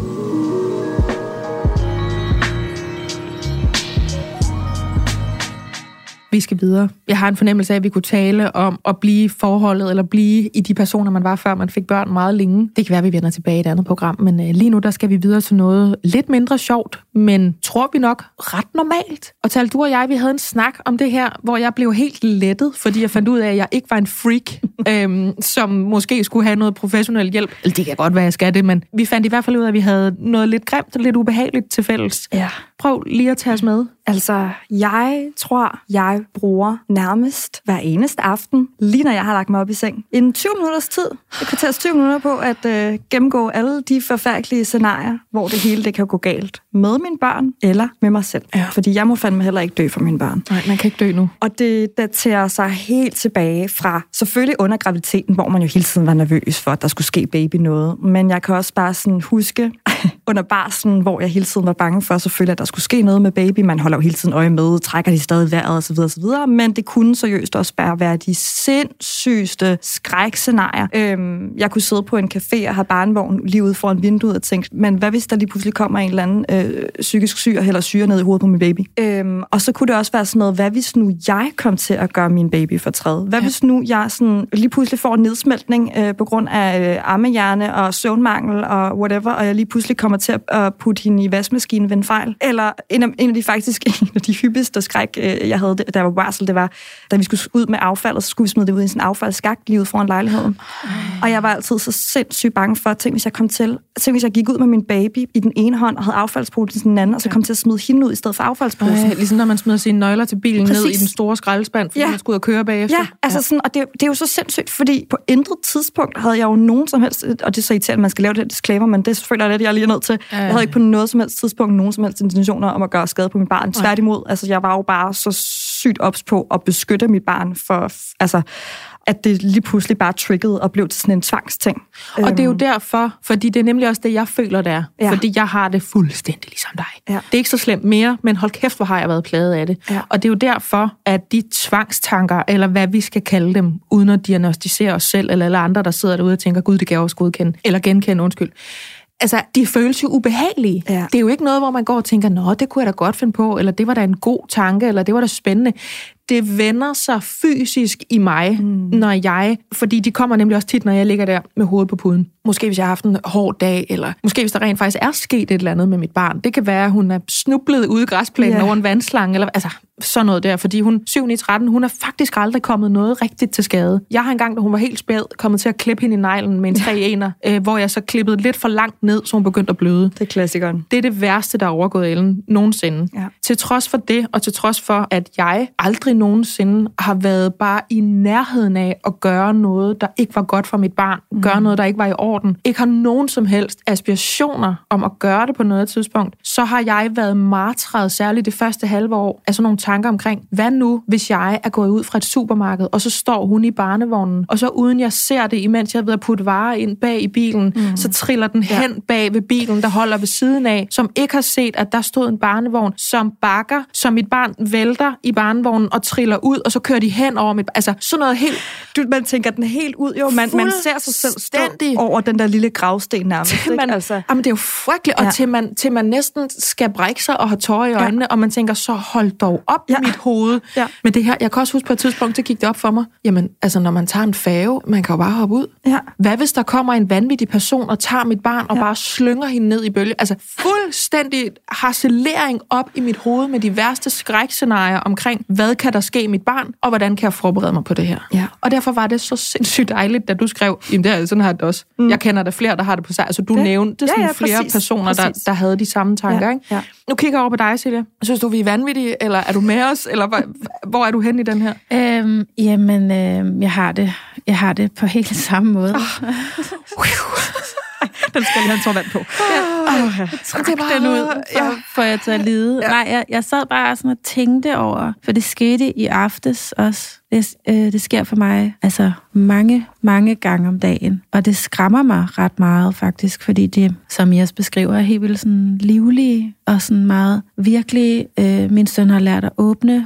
Vi skal videre. Jeg har en fornemmelse af, at vi kunne tale om at blive forholdet, eller blive i de personer, man var, før man fik børn meget længe. Det kan være, at vi vender tilbage i et andet program, men øh, lige nu, der skal vi videre til noget lidt mindre sjovt, men tror vi nok ret normalt. Og Tal, du og jeg, vi havde en snak om det her, hvor jeg blev helt lettet, fordi jeg fandt ud af, at jeg ikke var en freak, øhm, som måske skulle have noget professionel hjælp. Eller det kan godt være, jeg skal det, men vi fandt i hvert fald ud af, at vi havde noget lidt grimt og lidt ubehageligt til fælles. Ja. Prøv lige at tage os med. Altså, jeg tror, jeg bruger nærmest hver eneste aften, lige når jeg har lagt mig op i seng, en tyve minutters tid. Det kan tage tyve minutter på at øh, gennemgå alle de forfærdelige scenarier, hvor det hele det kan gå galt. Med mine børn eller med mig selv. Ja. Fordi jeg må fandme heller ikke dø for mine børn. Nej, man kan ikke dø nu. Og det daterer sig helt tilbage fra, selvfølgelig under graviditeten, hvor man jo hele tiden var nervøs for, at der skulle ske baby noget. Men jeg kan også bare sådan huske under barslen, hvor jeg hele tiden var bange for, selvfølgelig, at der skulle ske noget med baby. Man holder jo hele tiden øje med, trækker de stadig vejret osv. osv. Men det kunne seriøst også bare være de sindssygeste skrækscenarier. Øhm, jeg kunne sidde på en café og have barnevogn lige ude foran vinduet og tænke, men hvad hvis der lige pludselig kommer en eller anden øh, psykisk syg og hælder syre ned i hovedet på min baby? Øhm, og så kunne det også være sådan noget, hvad hvis nu jeg kom til at gøre min baby fortræd? Hvad ja. hvis nu jeg sådan lige pludselig får en nedsmeltning øh, på grund af øh, ammehjerne og søvnmangel og whatever, og jeg lige pludselig kommer til at, at putte hende i vaskemaskinen ved en fejl? Eller en af, en af de faktisk en af de hyppigste skræk, øh, jeg havde, da jeg var barsel, det var, da vi skulle ud med affaldet, så skulle vi smide det ud i sådan en affaldsskakt lige ud foran lejligheden. Ej. Og jeg var altid så sindssygt bange for, tænk hvis jeg kom til, tænk hvis jeg gik ud med min baby i den ene hånd og havde affaldsposen i den anden, og så kom til at smide hende ud i stedet for affaldsposen. Ej, ligesom når man smider sine nøgler til bilen Præcis. ned i den store skraldespand, fordi ja. man skulle ud og køre bagefter. Ja, altså ja. sådan, og det, det er jo så sindssygt, fordi på intet tidspunkt havde jeg jo nogen som helst, og det er så irriterende, at man skal lave det her disclaimer, men det er selvfølgelig lidt, jeg er lige nødt til. Ja, ja. Jeg havde ikke på noget som helst tidspunkt nogen som helst intentioner om at gøre skade på mit barn. Tværtimod, altså jeg var jo bare så sygt ops på at beskytte mit barn for, altså, at det lige pludselig bare triggede og blev til sådan en tvangsting. Og det er jo derfor, fordi det er nemlig også det, jeg føler, der. Ja. Fordi jeg har det fuldstændig ligesom dig. Ja. Det er ikke så slemt mere, men hold kæft, hvor har jeg været plaget af det. Ja. Og det er jo derfor, at de tvangstanker, eller hvad vi skal kalde dem, uden at diagnostisere os selv, eller alle andre, der sidder derude og tænker, gud, det kan jeg også godkende, eller genkende, undskyld. Altså, de føles jo ubehagelige. Ja. Det er jo ikke noget, hvor man går og tænker, nå, det kunne jeg da godt finde på, eller det var da en god tanke, eller det var da spændende. Det vender sig fysisk i mig, mm. når jeg... Fordi de kommer nemlig også tit, når jeg ligger der med hovedet på puden. Måske hvis jeg har haft en hård dag, eller måske hvis der rent faktisk er sket et eller andet med mit barn. Det kan være, at hun er snublet ude i græsplænen yeah. over en vandslange, eller altså sådan noget der. Fordi hun syv ni tretten, hun er faktisk aldrig kommet noget rigtigt til skade. Jeg har engang, da hun var helt spæd, kommet til at klippe hende i neglen med en tre ener, øh, hvor jeg så klippede lidt for langt ned, så hun begyndte at bløde. Det er klassikeren. Det er det værste, der er overgået Ellen nogensinde. Ja. Til trods for det, og til trods for, at jeg aldrig nogensinde har været bare i nærheden af at gøre noget, der ikke var godt for mit barn. Mm. Gøre noget, der ikke var i orden. Ikke har nogen som helst aspirationer om at gøre det på noget tidspunkt. Så har jeg været martret, særligt det første halve år, af sådan nogle tanker omkring, hvad nu, hvis jeg er gået ud fra et supermarked, og så står hun i barnevognen, og så uden jeg ser det, imens jeg er ved at putte varer ind bag i bilen, mm. så triller den ja. hen bag ved bilen, der holder ved siden af, som ikke har set, at der stod en barnevogn, som bakker, som mit barn vælter i barnevognen og og triller ud, og så kører de hen over mit... Altså, sådan noget helt... Du, man tænker den helt ud, jo. Man, man ser sig selv stå over den der lille gravsten nærmest. Man, ikke? Altså. Jamen, det er jo frygteligt, og ja. til, man, til man næsten skal brække sig og have tårer i øjnene, ja. og man tænker, så hold dog op ja. i mit hoved. Ja. Men det her, jeg kan også huske på et tidspunkt, så gik det op for mig. Jamen, altså, når man tager en færge, man kan jo bare hoppe ud. Ja. Hvad hvis der kommer en vanvittig person og tager mit barn og ja. bare slynger hende ned i bølge? Altså, fuldstændig harcelering op i mit hoved med de værste skrækscenarier omkring, hvad kan der ske i mit barn, og hvordan kan jeg forberede mig på det her. Ja. Og derfor var det så sindssygt dejligt, da du skrev, jamen det er, sådan har det også. Mm. Jeg kender der flere, der har det på sig. Altså du det, nævnte sådan ja, ja, flere præcis, personer, der, der havde de samme tanker. Ja, ikke? Ja. Nu kigger jeg over på dig, Silja. Synes du, vi er vanvittige, eller er du med os, eller hvor, hvor er du hen i den her? Øhm, jamen, øh, jeg har det. Jeg har det på helt samme måde. Oh. Den skal jeg have en tår vand på. Ja. Oh, jeg trak den ud, for, ja. for jeg til at lide. Ja. Nej, jeg, jeg sad bare sådan og tænkte over, for det skete i aftes også. Det, øh, det sker for mig altså mange, mange gange om dagen. Og det skræmmer mig ret meget faktisk, fordi det, som jeg beskriver, er helt vildt sådan livlige og sådan meget virkelig. Øh, min søn har lært at åbne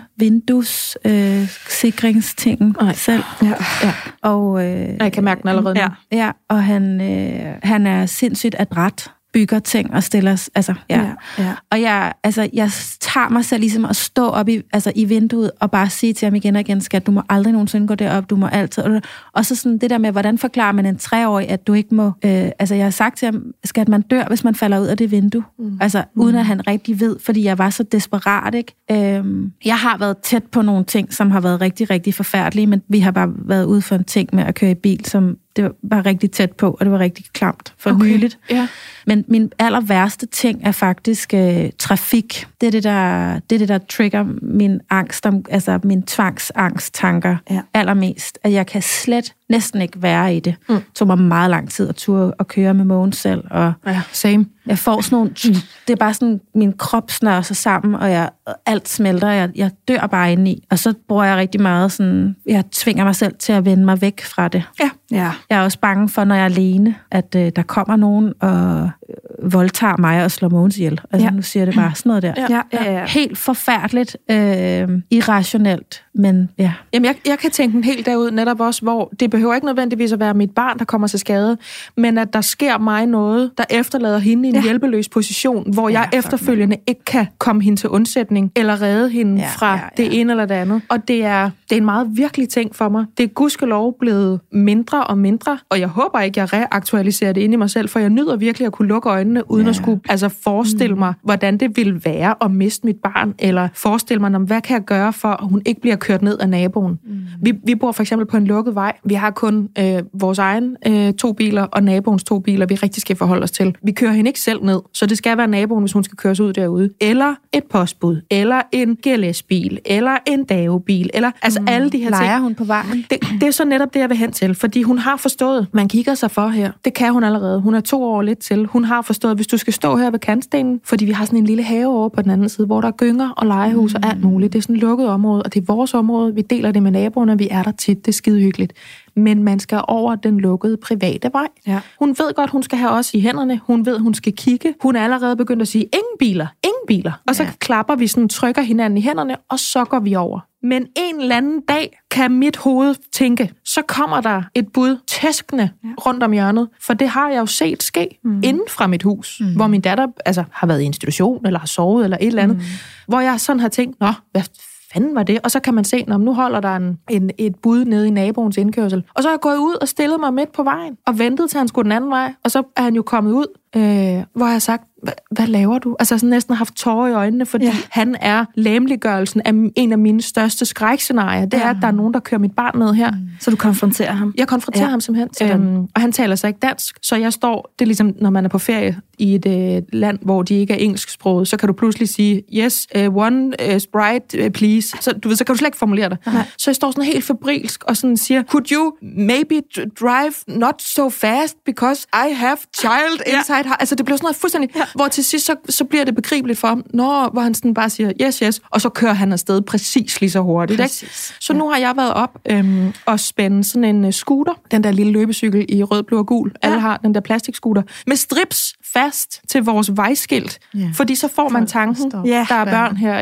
vinduessikringsting øh, selv. Ja. Ja. Og, øh, jeg kan mærke den allerede ja. ja, og han, øh, han er sindssygt adræt. Bygger ting og stiller... Altså, ja. Ja, ja. Og jeg, altså, jeg tager mig selv ligesom at stå op i, altså, i vinduet og bare sige til ham igen og igen, skat, du må aldrig nogensinde gå derop, du må altid... Og så sådan det der med, hvordan forklarer man en treårig, at du ikke må... Øh, altså, jeg har sagt til ham, skat, man dør, hvis man falder ud af det vindue. Mm. Altså, uden at han rigtig ved, fordi jeg var så desperat, ikke? Øh, jeg har været tæt på nogle ting, som har været rigtig, rigtig forfærdelige, men vi har bare været ude for en ting med at køre i bil, som det var rigtig tæt på, og det var rigtig klamt for okay. nyligt. Ja. Men min aller værste ting er faktisk øh, trafik. Det er det, der, det er det, der trigger min angst, om, altså min tvangsangsttanker ja. allermest. At jeg kan slet næsten ikke være i det. Mm. Det tog mig meget lang tid at ture og køre med Mogens selv. Og ja, same. Jeg får sådan nogle... Det er bare sådan, min krop snører sig sammen, og jeg, alt smelter. Jeg, jeg dør bare indeni. Og så bruger jeg rigtig meget sådan... Jeg tvinger mig selv til at vende mig væk fra det. Ja. Ja. Jeg er også bange for, når jeg er alene, at øh, der kommer nogen og øh, voldtager mig og slår Mogens ihjel. Altså, ja. Nu siger det bare sådan noget der. Ja. Ja, ja, ja. Helt forfærdeligt, øh, irrationelt, men ja. Jamen, jeg, jeg kan tænke en helt derud netop også, hvor det behøver ikke nødvendigvis at være mit barn, der kommer til skade, men at der sker mig noget, der efterlader hende i en ja. hjælpeløs position, hvor ja, jeg efterfølgende ikke kan komme hende til undsætning, eller redde hende ja, fra ja, ja. det ene eller det andet. Og det er, det er en meget virkelig ting for mig. Det er gudskelov blevet mindre og mindre, og jeg håber ikke, jeg reaktualiserer det inde i mig selv, for jeg nyder virkelig at kunne lukke øjnene, uden ja. at skulle altså, forestille mig, hvordan det ville være at miste mit barn, eller forestille mig, hvad kan jeg gøre for, at hun ikke bliver kørt ned af naboen. Mm. Vi, vi bor for eksempel på en lukket vej. Vi har kun øh, vores egen øh, to biler, og naboens to biler, vi rigtig skal forholde os til. Vi kører hende ikke selv ned, så det skal være naboen, hvis hun skal køres ud derude. Eller et postbud, eller en G L S-bil, eller en Dao-bil, eller altså mm. alle de her Leger ting. Leger hun på vejen? Det, det er så netop det, jeg vil hen til, fordi hun har forstået, man kigger sig for her. Det kan hun allerede. Hun er to år lidt til. Hun har forstået, hvis du skal stå her ved kantstenen, fordi vi har sådan en lille have over på den anden side, hvor der er gynger og legehus mm. og alt muligt. Det er sådan et lukket område, og det er vores område. Vi deler det med naboerne, vi er der tit. Det er skide hyggeligt. Men man skal over den lukkede private vej. Ja. Hun ved godt, hun skal have os i hænderne. Hun ved, hun skal kigge. Hun er allerede begyndt at sige, ingen biler, ingen biler. Og så ja. klapper vi sådan, trykker hinanden i hænderne, og så går vi over. Men en eller anden dag kan mit hoved tænke, så kommer der et bud tæskende ja. rundt om hjørnet. For det har jeg jo set ske mm. inden fra mit hus, mm. hvor min datter altså, har været i institution, eller har sovet, eller et eller andet. Mm. Hvor jeg sådan har tænkt, nå, hvad fanden var det? Og så kan man se, når nu holder der en, en, et bud nede i naboens indkørsel. Og så er jeg gået ud og stillet mig midt på vejen, og ventet til han skulle den anden vej. Og så er han jo kommet ud, øh, hvor jeg har sagt, hvad laver du? Altså sådan næsten haft tårer i øjnene, fordi ja. han er læmeliggørelsen af en af mine største skrækscenarier. Det er, ja. at der er nogen, der kører mit barn ned her. Mm. Så du konfronterer ham? Jeg konfronterer ja. ham simpelthen. Øhm, og han taler så ikke dansk, så jeg står, det er ligesom, når man er på ferie i et øh, land, hvor de ikke er engelsksproget, så kan du pludselig sige, yes, uh, one uh, Sprite, uh, please. Så, du ved, så kan du slet ikke formulere det. Nej. Så jeg står sådan helt febrilsk og sådan siger, could you maybe drive not so fast, because I have child inside her. Altså det blev sådan noget fuldstændig... Ja. Hvor til sidst, så, så bliver det begribeligt for ham, Nå, hvor han sådan bare siger, yes, yes, og så kører han afsted præcis lige så hurtigt. Ikke? Så ja. nu har jeg været op øhm, og spændt sådan en uh, scooter, den der lille løbecykel i rød, blå og gul, ja. alle har den der plastikscooter, med strips fast til vores vejskilt, ja. fordi så får man tanken, ja. der er børn her, ikke?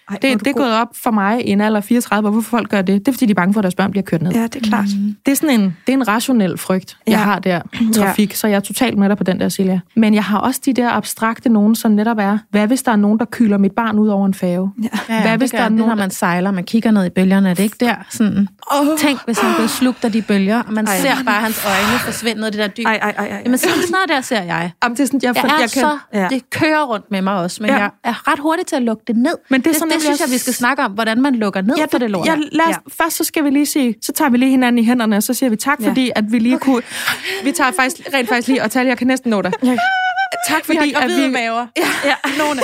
Ej, det, det er gået op for mig i en alder fireogtredive, hvorfor folk gør det. Det er, fordi de er bange for, at deres børn bliver kørt ned. Ja, det er klart. Mm. Det er sådan en, det er en rationel frygt, jeg ja. har der, trafik, ja. Så jeg er totalt med dig på den der, Silja. Men jeg har også de der abstrakte nogen, som netop er, hvad hvis der er nogen, der kyler mit barn ud over en færge? Ja. Ja, hvad hvis der er nogen, når man sejler, man kigger ned i bølgerne, er det ikke der? Sådan, oh. Tænk, hvis han blev slugt af de bølger, og man ej. ser bare hans øjne forsvinde ned i det der dyb. Ej, ej, ej, ej. Jamen sådan noget der ser jeg. Jamen, det er sådan, jeg, jeg, jeg, er jeg kan, så, ja. det kører rundt med mig også, men ja. jeg er ret hurtig til at lukke det ned. Men det, er sådan, det, det synes jeg, vi skal snakke om, hvordan man lukker ned ja, det, for det lort. Ja, lad os, ja. Først så skal vi lige sige, så tager vi lige hinanden i hænderne, og så siger vi tak, ja. fordi at vi lige okay. kunne... Vi tager faktisk, rent faktisk lige, og Talia, jeg kan næsten nå dig. Ja. Tak fordi, vi har at vi... maver. Ja, ja. Nogen af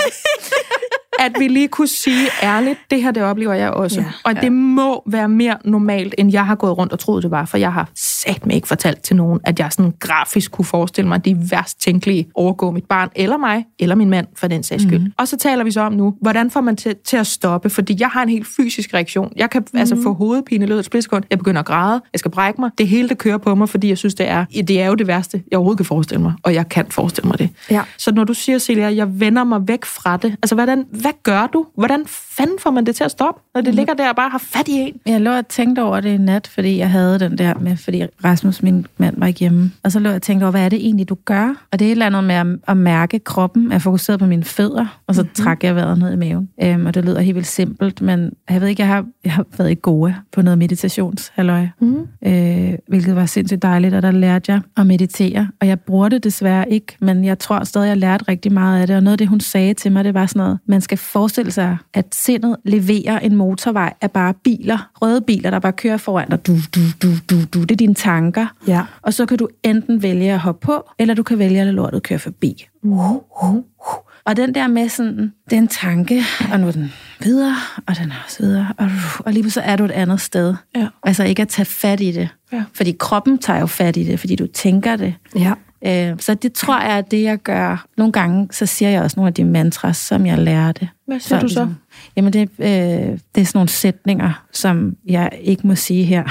at vi lige kunne sige ærligt, det her, det oplever jeg også. Ja, og ja. det må være mere normalt, end jeg har gået rundt og troet, det var. For jeg har satme ikke fortalt til nogen, at jeg sådan grafisk kunne forestille mig, de værst tænkelige overgå mit barn, eller mig, eller min mand, for den sags skyld. Mm. Og så taler vi så om nu, hvordan får man til, til at stoppe? Fordi jeg har en helt fysisk reaktion. Jeg kan mm. altså få hovedpine i løbet af et splitsekund. Jeg begynder at græde. Jeg skal brække mig. Det hele, det kører på mig, fordi jeg synes, det er, det er jo det værste, jeg overhovedet kan forestille mig. Og jeg kan forestille mig det. Ja. Så når du siger, Silja, jeg vender mig væk fra det, altså hvordan, hvad gør du? Hvordan fanden får man det til at stoppe, når det mm. ligger der og bare har fat i en? Jeg lå og tænkte over det i nat, fordi jeg havde den der med, fordi Rasmus, min mand, var ikke hjemme. Og så lå jeg og tænkte over, hvad er det egentlig, du gør? Og det er et eller andet med at, at mærke kroppen. Jeg fokuserede på mine fødder, og så mm-hmm. trak jeg vejret ned i maven. Øhm, og det lyder helt vildt simpelt, men jeg ved ikke, jeg har, jeg har været i Goa på noget meditationshalløj, mm. øh, hvilket var sindssygt dejligt, og der lærte jeg at meditere. Og jeg bruger det desværre ikke, men jeg tror stadig, jeg lærte rigtig meget af det. Og noget af det, hun sagde til mig, det var sådan noget, man skal forestille sig, at sindet leverer en motorvej af bare biler, røde biler, der bare kører foran dig. Du, du, du, du, du. Det er dine tanker. Ja. Og så kan du enten vælge at hoppe på, eller du kan vælge at lade lortet køre forbi. Uh, uh, uh. Og den der med sådan, det er en tanke, og nu er den videre, og den er også videre, og, og lige så er du et andet sted. Ja. Altså ikke at tage fat i det. Ja. Fordi kroppen tager jo fat i det, fordi du tænker det. Ja. Så det tror jeg er det, jeg gør. Nogle gange, så siger jeg også nogle af de mantras, som jeg lærte. Hvad siger du så? Jamen, det, øh, det er sådan nogle sætninger, som jeg ikke må sige her.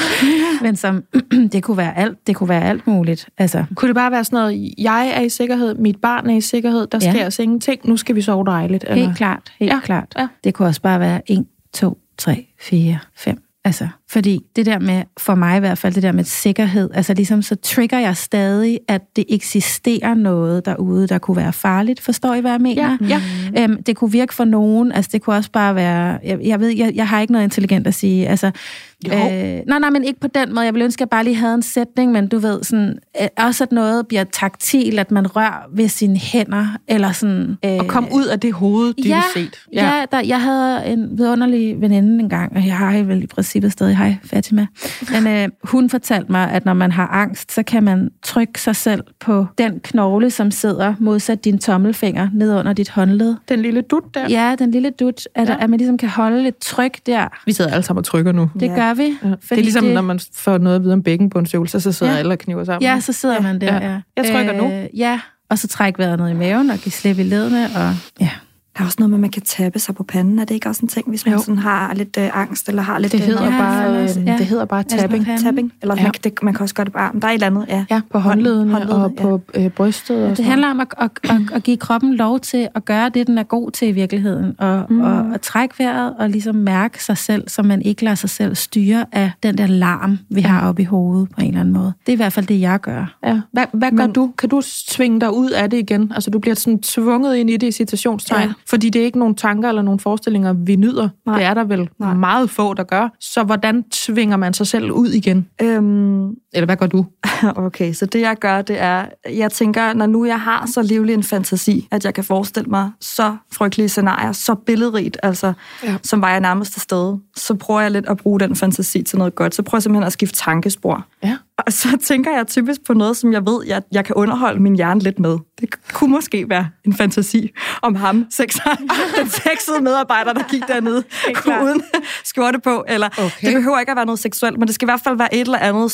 Men som, det kunne være alt, det kunne være alt muligt. Altså. Kunne det bare være sådan noget, jeg er i sikkerhed, mit barn er i sikkerhed, der sker ja. altså ingenting, nu skal vi sove dejligt? Eller? Helt klart, helt ja. klart. Ja. Det kunne også bare være en, to, tre, fire, fem. Altså, fordi det der med, for mig i hvert fald, det der med sikkerhed, altså ligesom så trigger jeg stadig, at det eksisterer noget derude, der kunne være farligt. Forstår I, hvad jeg mener? Ja, ja. Øhm, det kunne virke for nogen, altså det kunne også bare være, jeg, jeg ved, jeg, jeg har ikke noget intelligent at sige, altså, øh, nej, nej, men ikke på den måde. Jeg ville ønske, at jeg bare lige havde en sætning, men du ved, sådan, øh, også at noget bliver taktil, at man rører ved sine hænder, eller sådan... Øh, og kom ud af det hoved, dybest ja, set. Ja, ja der, jeg havde en vidunderlig veninde engang, og jeg har vel i princippet stadig, hej Fatima, men øh, hun fortalte mig, at når man har angst, så kan man trykke sig selv på den knogle, som sidder modsat din tommelfinger ned under dit håndled. Den lille dut der? Ja, den lille dut, at, ja. at man ligesom kan holde lidt tryk der. Vi sidder alle sammen og trykker nu. Det ja. gør vi. Ja. Det er ligesom, det... når man får noget at vide om bækkenbundsøvelser, så sidder ja. alle og kniver sammen. Ja, så sidder ja. man der, ja. ja. Jeg trykker øh, nu. Ja, og så træk vejret ned i maven og give slip i ledene, og ja. Der er også noget med, at man kan tappe sig på panden. Er det ikke også en ting, hvis man sådan har lidt øh, angst, eller har lidt... Det hedder, øh, bare, øh, ja. det hedder bare tapping. Tapping. Eller ja. man, kan, det, man kan også gøre det på armen. Der er et eller andet, ja. Ja, på håndledene håndleden, og på ja. øh, brystet. Ja, og det sådan. handler om at, at, at, at give kroppen lov til at gøre det, den er god til i virkeligheden. Og, mm. og, og trække vejret og ligesom mærke sig selv, så man ikke lader sig selv styre af den der larm, vi har oppe i hovedet på en eller anden måde. Det er i hvert fald det, jeg gør. Ja. Hvad, hvad gør Men, du? Kan du tvinge dig ud af det igen? Altså, du bliver sådan tvunget ind i det i citationstegn. Ja. Fordi det er ikke nogen tanker eller nogle forestillinger, vi nyder. Nej. Det er der vel Nej. meget få, der gør. Så hvordan tvinger man sig selv ud igen? Øhm... Eller hvad gør du? Okay, så det jeg gør, det er, jeg tænker, når nu jeg har så livlig en fantasi, at jeg kan forestille mig så frygtelige scenarier, så billedrigt, altså, ja. som var jeg nærmest til stede, så prøver jeg lidt at bruge den fantasi til noget godt. Så prøver jeg simpelthen at skifte tankespor. Ja. Og så tænker jeg typisk på noget, som jeg ved, jeg, jeg kan underholde min hjerne lidt med. Det kunne måske være en fantasi om ham, sexer, den sexede medarbejder, der gik dernede uden skjorte på. Eller, okay. Det behøver ikke at være noget seksuelt, men det skal i hvert fald være et eller andet, som jeg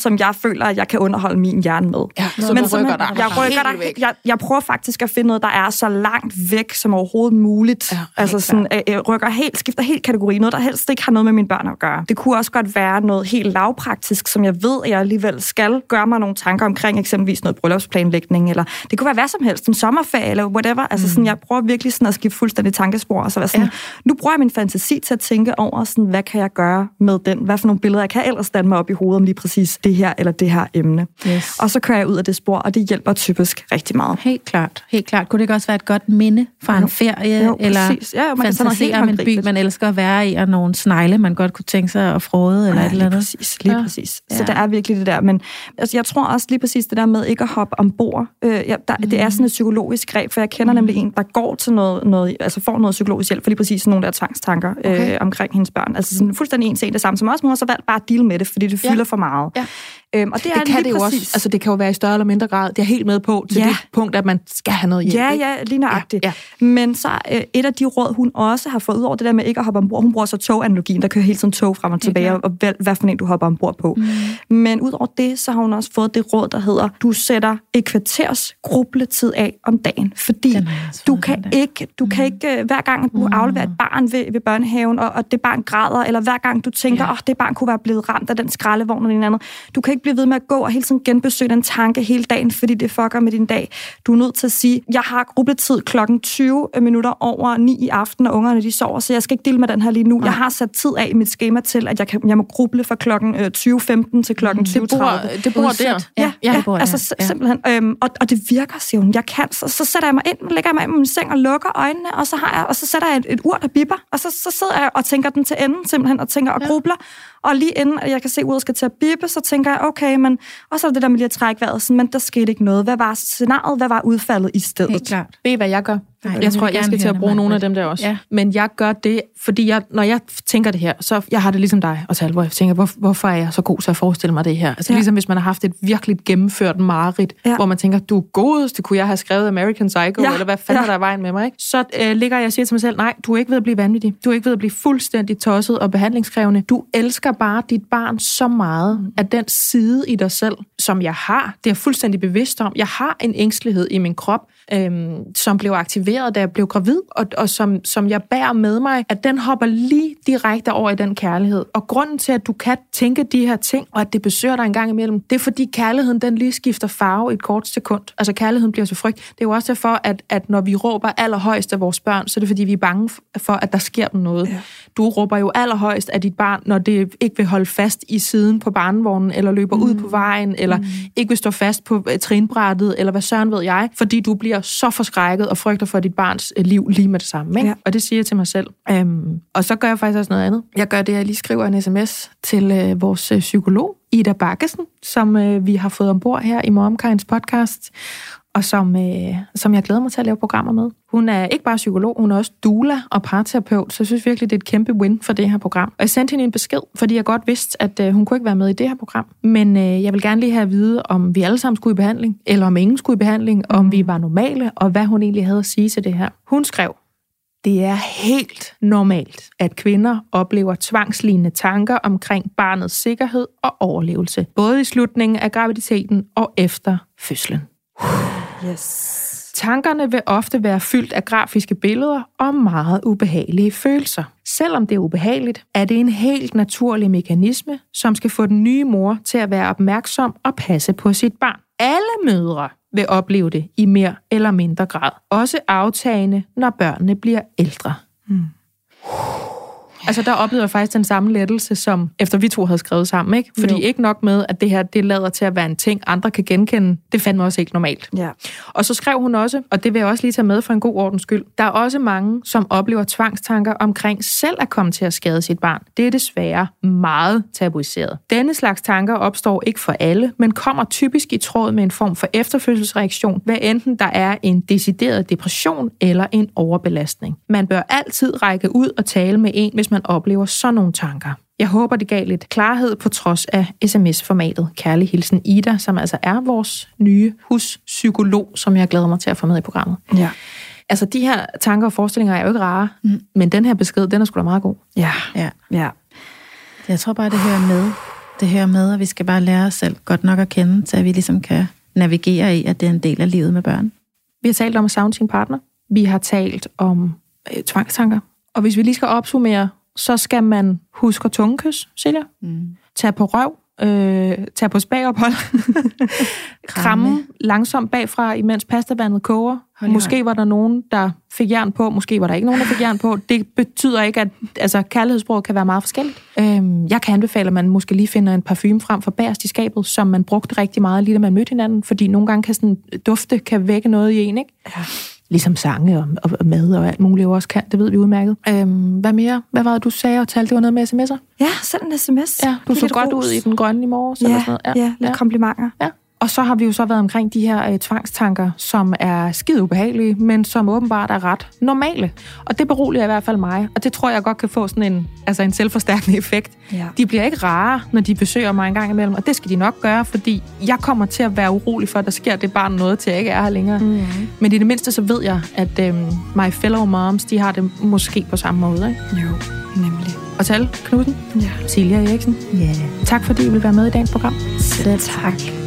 føler, at jeg kan underholde min hjerne med. Ja, så men du rykker dig. Jeg, rykker dig jeg, jeg prøver faktisk at finde noget, der er så langt væk som overhovedet muligt. Ja, altså sådan, jeg rykker helt, skifter helt kategori. Noget, der helst ikke har noget med mine børn at gøre. Det kunne også godt være noget helt lavpraktisk, som jeg ved, at jeg alligevel skal gøre mig nogle tanker omkring, eksempelvis noget bryllupsplanlægning, eller det kunne være hvad som helst, en sommerferie, eller whatever. Altså sådan, jeg prøver virkelig sådan at skifte fuldstændig tankespor, og så være sådan, ja. Nu bruger jeg min fantasi til at tænke over, sådan, hvad kan jeg gøre med den? Hvad for nogle billeder, jeg kan ellers danne mig op i hovedet om lige præcis det her, eller det her emne. Yes. Og så kører jeg ud af det spor, og det hjælper typisk rigtig meget. Helt klart. Helt klart. Kunne det ikke også være et godt minde fra jo. en ferie, jo, eller ja, jo, man fantasere om en by, man elsker at være i, og nogle snegle, man godt kunne tænke sig at frode, eller ja, et eller andet? Præcis, lige ja. præcis. Så ja. der er virkelig det der. Men altså, jeg tror også lige præcis det der med ikke at hoppe ombord. Øh, ja, der, mm. Det er sådan et psykologisk greb, for jeg kender mm. nemlig en, der går til noget, noget, altså får noget psykologisk hjælp, for lige præcis nogle der tvangstanker okay. øh, omkring hendes børn. Altså sådan fuldstændig en til det samme som os, men hun har så valgt bare at deale med det, fordi det fylder ja. for meget. Ja. Øhm, og det, det er kan det jo præcis. også. Altså det kan jo være i større eller mindre grad. Det er helt med på til ja. det punkt, at man skal have noget hjælp. Ja, ja, lige nøjagtigt. Ja, ja. Men så øh, et af de råd, hun også har fået ud over det der med ikke at hoppe ombord, hun bruger så toganalogien, der kører hele tiden tog frem og tilbage, og hvad, hvad for en du hopper ombord på. Mm. Men ud over det, så har hun også fået det råd, der hedder, du sætter et kvarters grubletid af om dagen, fordi du kan ikke, du mm. kan ikke, hver gang du afleverer et barn ved, ved børnehaven, og, og det barn græder, eller hver gang du tænker, åh, ja. oh, det barn kunne være blevet ramt af den skraldevogn eller noget andet, du kan ikke blive ved med at gå og hele tiden genbesøge den tanke hele dagen, fordi det fucker med din dag. Du er nødt til at sige, jeg har grubletid klokken tyve minutter over ni i aften, og ungerne de sover, så jeg skal ikke dele med den her lige nu. Nej. Jeg har sat tid af i mit skema til, at jeg, kan, jeg må gruble fra klokken tyve femten til klokken tyve tredive. Det bor der. Ja, ja, ja, ja, bor altså ja. simpelthen. Øhm, og, og det virker, siger hun. Jeg kan, så, så sætter jeg mig ind, lægger jeg mig ind i min seng og lukker øjnene, og så, har jeg, og så sætter jeg et, et ur, der bipper, og så, så sidder jeg og tænker den til enden, simpelthen, og tænker og ja. grubler. Og lige inden jeg kan se, at uret skal til at bippe, så tænker jeg, okay, men... Og så er det der med lige at trække vejret, sådan, men der skete ikke noget. Hvad var scenariet? Hvad var udfaldet i stedet? Helt klart. Ved I, hvad jeg gør? Nej, jeg tror, jeg skal til at bruge nogle af dem der også. Ja. Men jeg gør det, fordi jeg, når jeg tænker det her, så jeg har det ligesom dig, og tal, hvor jeg tænker, hvor, hvorfor er jeg så god til at forestille mig det her? Altså ja. ligesom hvis man har haft et virkelig gennemført mareridt, ja. hvor man tænker, du er godest, det kunne jeg have skrevet American Psycho, ja. eller hvad fanden ja. der er vejen med mig, ikke? Så øh, ligger jeg og siger til mig selv, nej, du er ikke ved at blive vanvittig. Du er ikke ved at blive fuldstændig tosset og behandlingskrævende. Du elsker bare dit barn så meget, mm. at den side i dig selv, som jeg har, det er jeg fuldstændig bevidst om. Jeg har en ængstelighed i min krop, øhm, som blev aktiveret, da jeg blev gravid, og, og som, som jeg bærer med mig, at den hopper lige direkte over i den kærlighed. Og grunden til, at du kan tænke de her ting, og at det besøger dig en gang imellem, det er fordi kærligheden, den lige skifter farve i et kort sekund. Altså kærligheden bliver så frygt. Det er jo også derfor, at, at når vi råber allerhøjst af vores børn, så er det fordi, vi er bange for, at der sker dem noget. Ja. Du råber jo allerhøjst af dit barn, når det ikke vil holde fast i siden på barnevognen, eller løber mm. ud på vejen, eller mm. ikke vil stå fast på trinbrættet, eller hvad søren ved jeg, fordi du bliver så forskrækket og frygter for dit barns liv lige med det samme. Ikke? Ja. Og det siger jeg til mig selv. Øhm, og så gør jeg faktisk også noget andet. Jeg gør det, jeg lige skriver en sms til øh, vores øh, psykolog, Ida Bakkesen, som øh, vi har fået ombord her i MomKinds podcast, og som, øh, som jeg glæder mig til at lave programmer med. Hun er ikke bare psykolog, hun er også doula og parterapeut, så jeg synes virkelig, det er et kæmpe win for det her program. Og jeg sendte hende en besked, fordi jeg godt vidste, at øh, hun kunne ikke være med i det her program. Men øh, jeg vil gerne lige have at vide, om vi alle sammen skulle i behandling, eller om ingen skulle i behandling, mm. om vi var normale, og hvad hun egentlig havde at sige til det her. Hun skrev, det er helt normalt, at kvinder oplever tvangslignende tanker omkring barnets sikkerhed og overlevelse, både i slutningen af graviditeten og efter fødslen. Yes. Tankerne vil ofte være fyldt af grafiske billeder og meget ubehagelige følelser. Selvom det er ubehageligt, er det en helt naturlig mekanisme, som skal få den nye mor til at være opmærksom og passe på sit barn. Alle mødre vil opleve det i mere eller mindre grad. Også aftagende, når børnene bliver ældre. Hmm. Altså, der oplevede jeg faktisk den samme lettelse, som efter vi to havde skrevet sammen, ikke? Fordi jo. Ikke nok med, at det her, det lader til at være en ting, andre kan genkende. Det fandt mig også helt normalt. Ja. Og så skrev hun også, og det vil jeg også lige tage med for en god ordens skyld, der er også mange, som oplever tvangstanker omkring selv at komme til at skade sit barn. Det er desværre meget tabuiseret. Denne slags tanker opstår ikke for alle, men kommer typisk i tråd med en form for efterfødselsreaktion, hvad enten der er en decideret depression eller en overbelastning. Man bør altid række ud og tale med en, hvis man oplever sådan nogle tanker. Jeg håber, det gav lidt klarhed på trods af sms-formatet. Kærlig hilsen Ida, som altså er vores nye huspsykolog, som jeg glæder mig til at få med i programmet. Ja. Altså, de her tanker og forestillinger er jo ikke rare, mm. men den her besked, den er sgu da meget god. Ja, ja, ja. Jeg tror bare, det hører med. Det hører med, og vi skal bare lære os selv godt nok at kende, så vi ligesom kan navigere i, at det er en del af livet med børn. Vi har talt om at savne sin partner. Vi har talt om øh, tvangstanker. Og hvis vi lige skal opsummere, så skal man huske at tungekys, Silja. Mm. Tag på røv. Øh, tag på spagophold. Kramme langsomt bagfra, imens pastavandet koger. Hold måske var der nogen, der fik jern på. Måske var der ikke nogen, der fik jern på. Det betyder ikke, at altså, kærlighedssprog kan være meget forskelligt. Øhm, jeg kan anbefale, at man måske lige finder en parfume frem for bagerst i skabet, som man brugte rigtig meget, lige da man mødte hinanden. Fordi nogle gange kan sådan dufte kan vække noget i en, ikke? Ja. Ligesom sange og, og mad og alt muligt også kan. Det ved vi udmærket. Øhm, hvad mere? Hvad var det, du sagde og talte? Det var noget med sms'er? Ja, send en sms. Ja, du så godt ros. Ud i den grønne i morges. Ja, eller sådan noget. Ja, ja, lidt ja. komplimenter. Ja. Og så har vi jo så været omkring de her øh, tvangstanker, som er skide ubehagelige, men som åbenbart er ret normale. Og det beroliger i hvert fald mig. Og det tror jeg godt kan få sådan en, altså en selvforstærkende effekt. Ja. De bliver ikke rare, når de besøger mig en gang imellem. Og det skal de nok gøre, fordi jeg kommer til at være urolig for, at der sker det barn noget til, jeg ikke er her længere. Mm-hmm. Men i det mindste så ved jeg, at øh, my fellow moms, de har det måske på samme måde. Ikke? Jo, nemlig. Og Tal Knudsen, ja. Silja Eriksen. Ja. Tak fordi I vil være med i dagens program. Selv tak.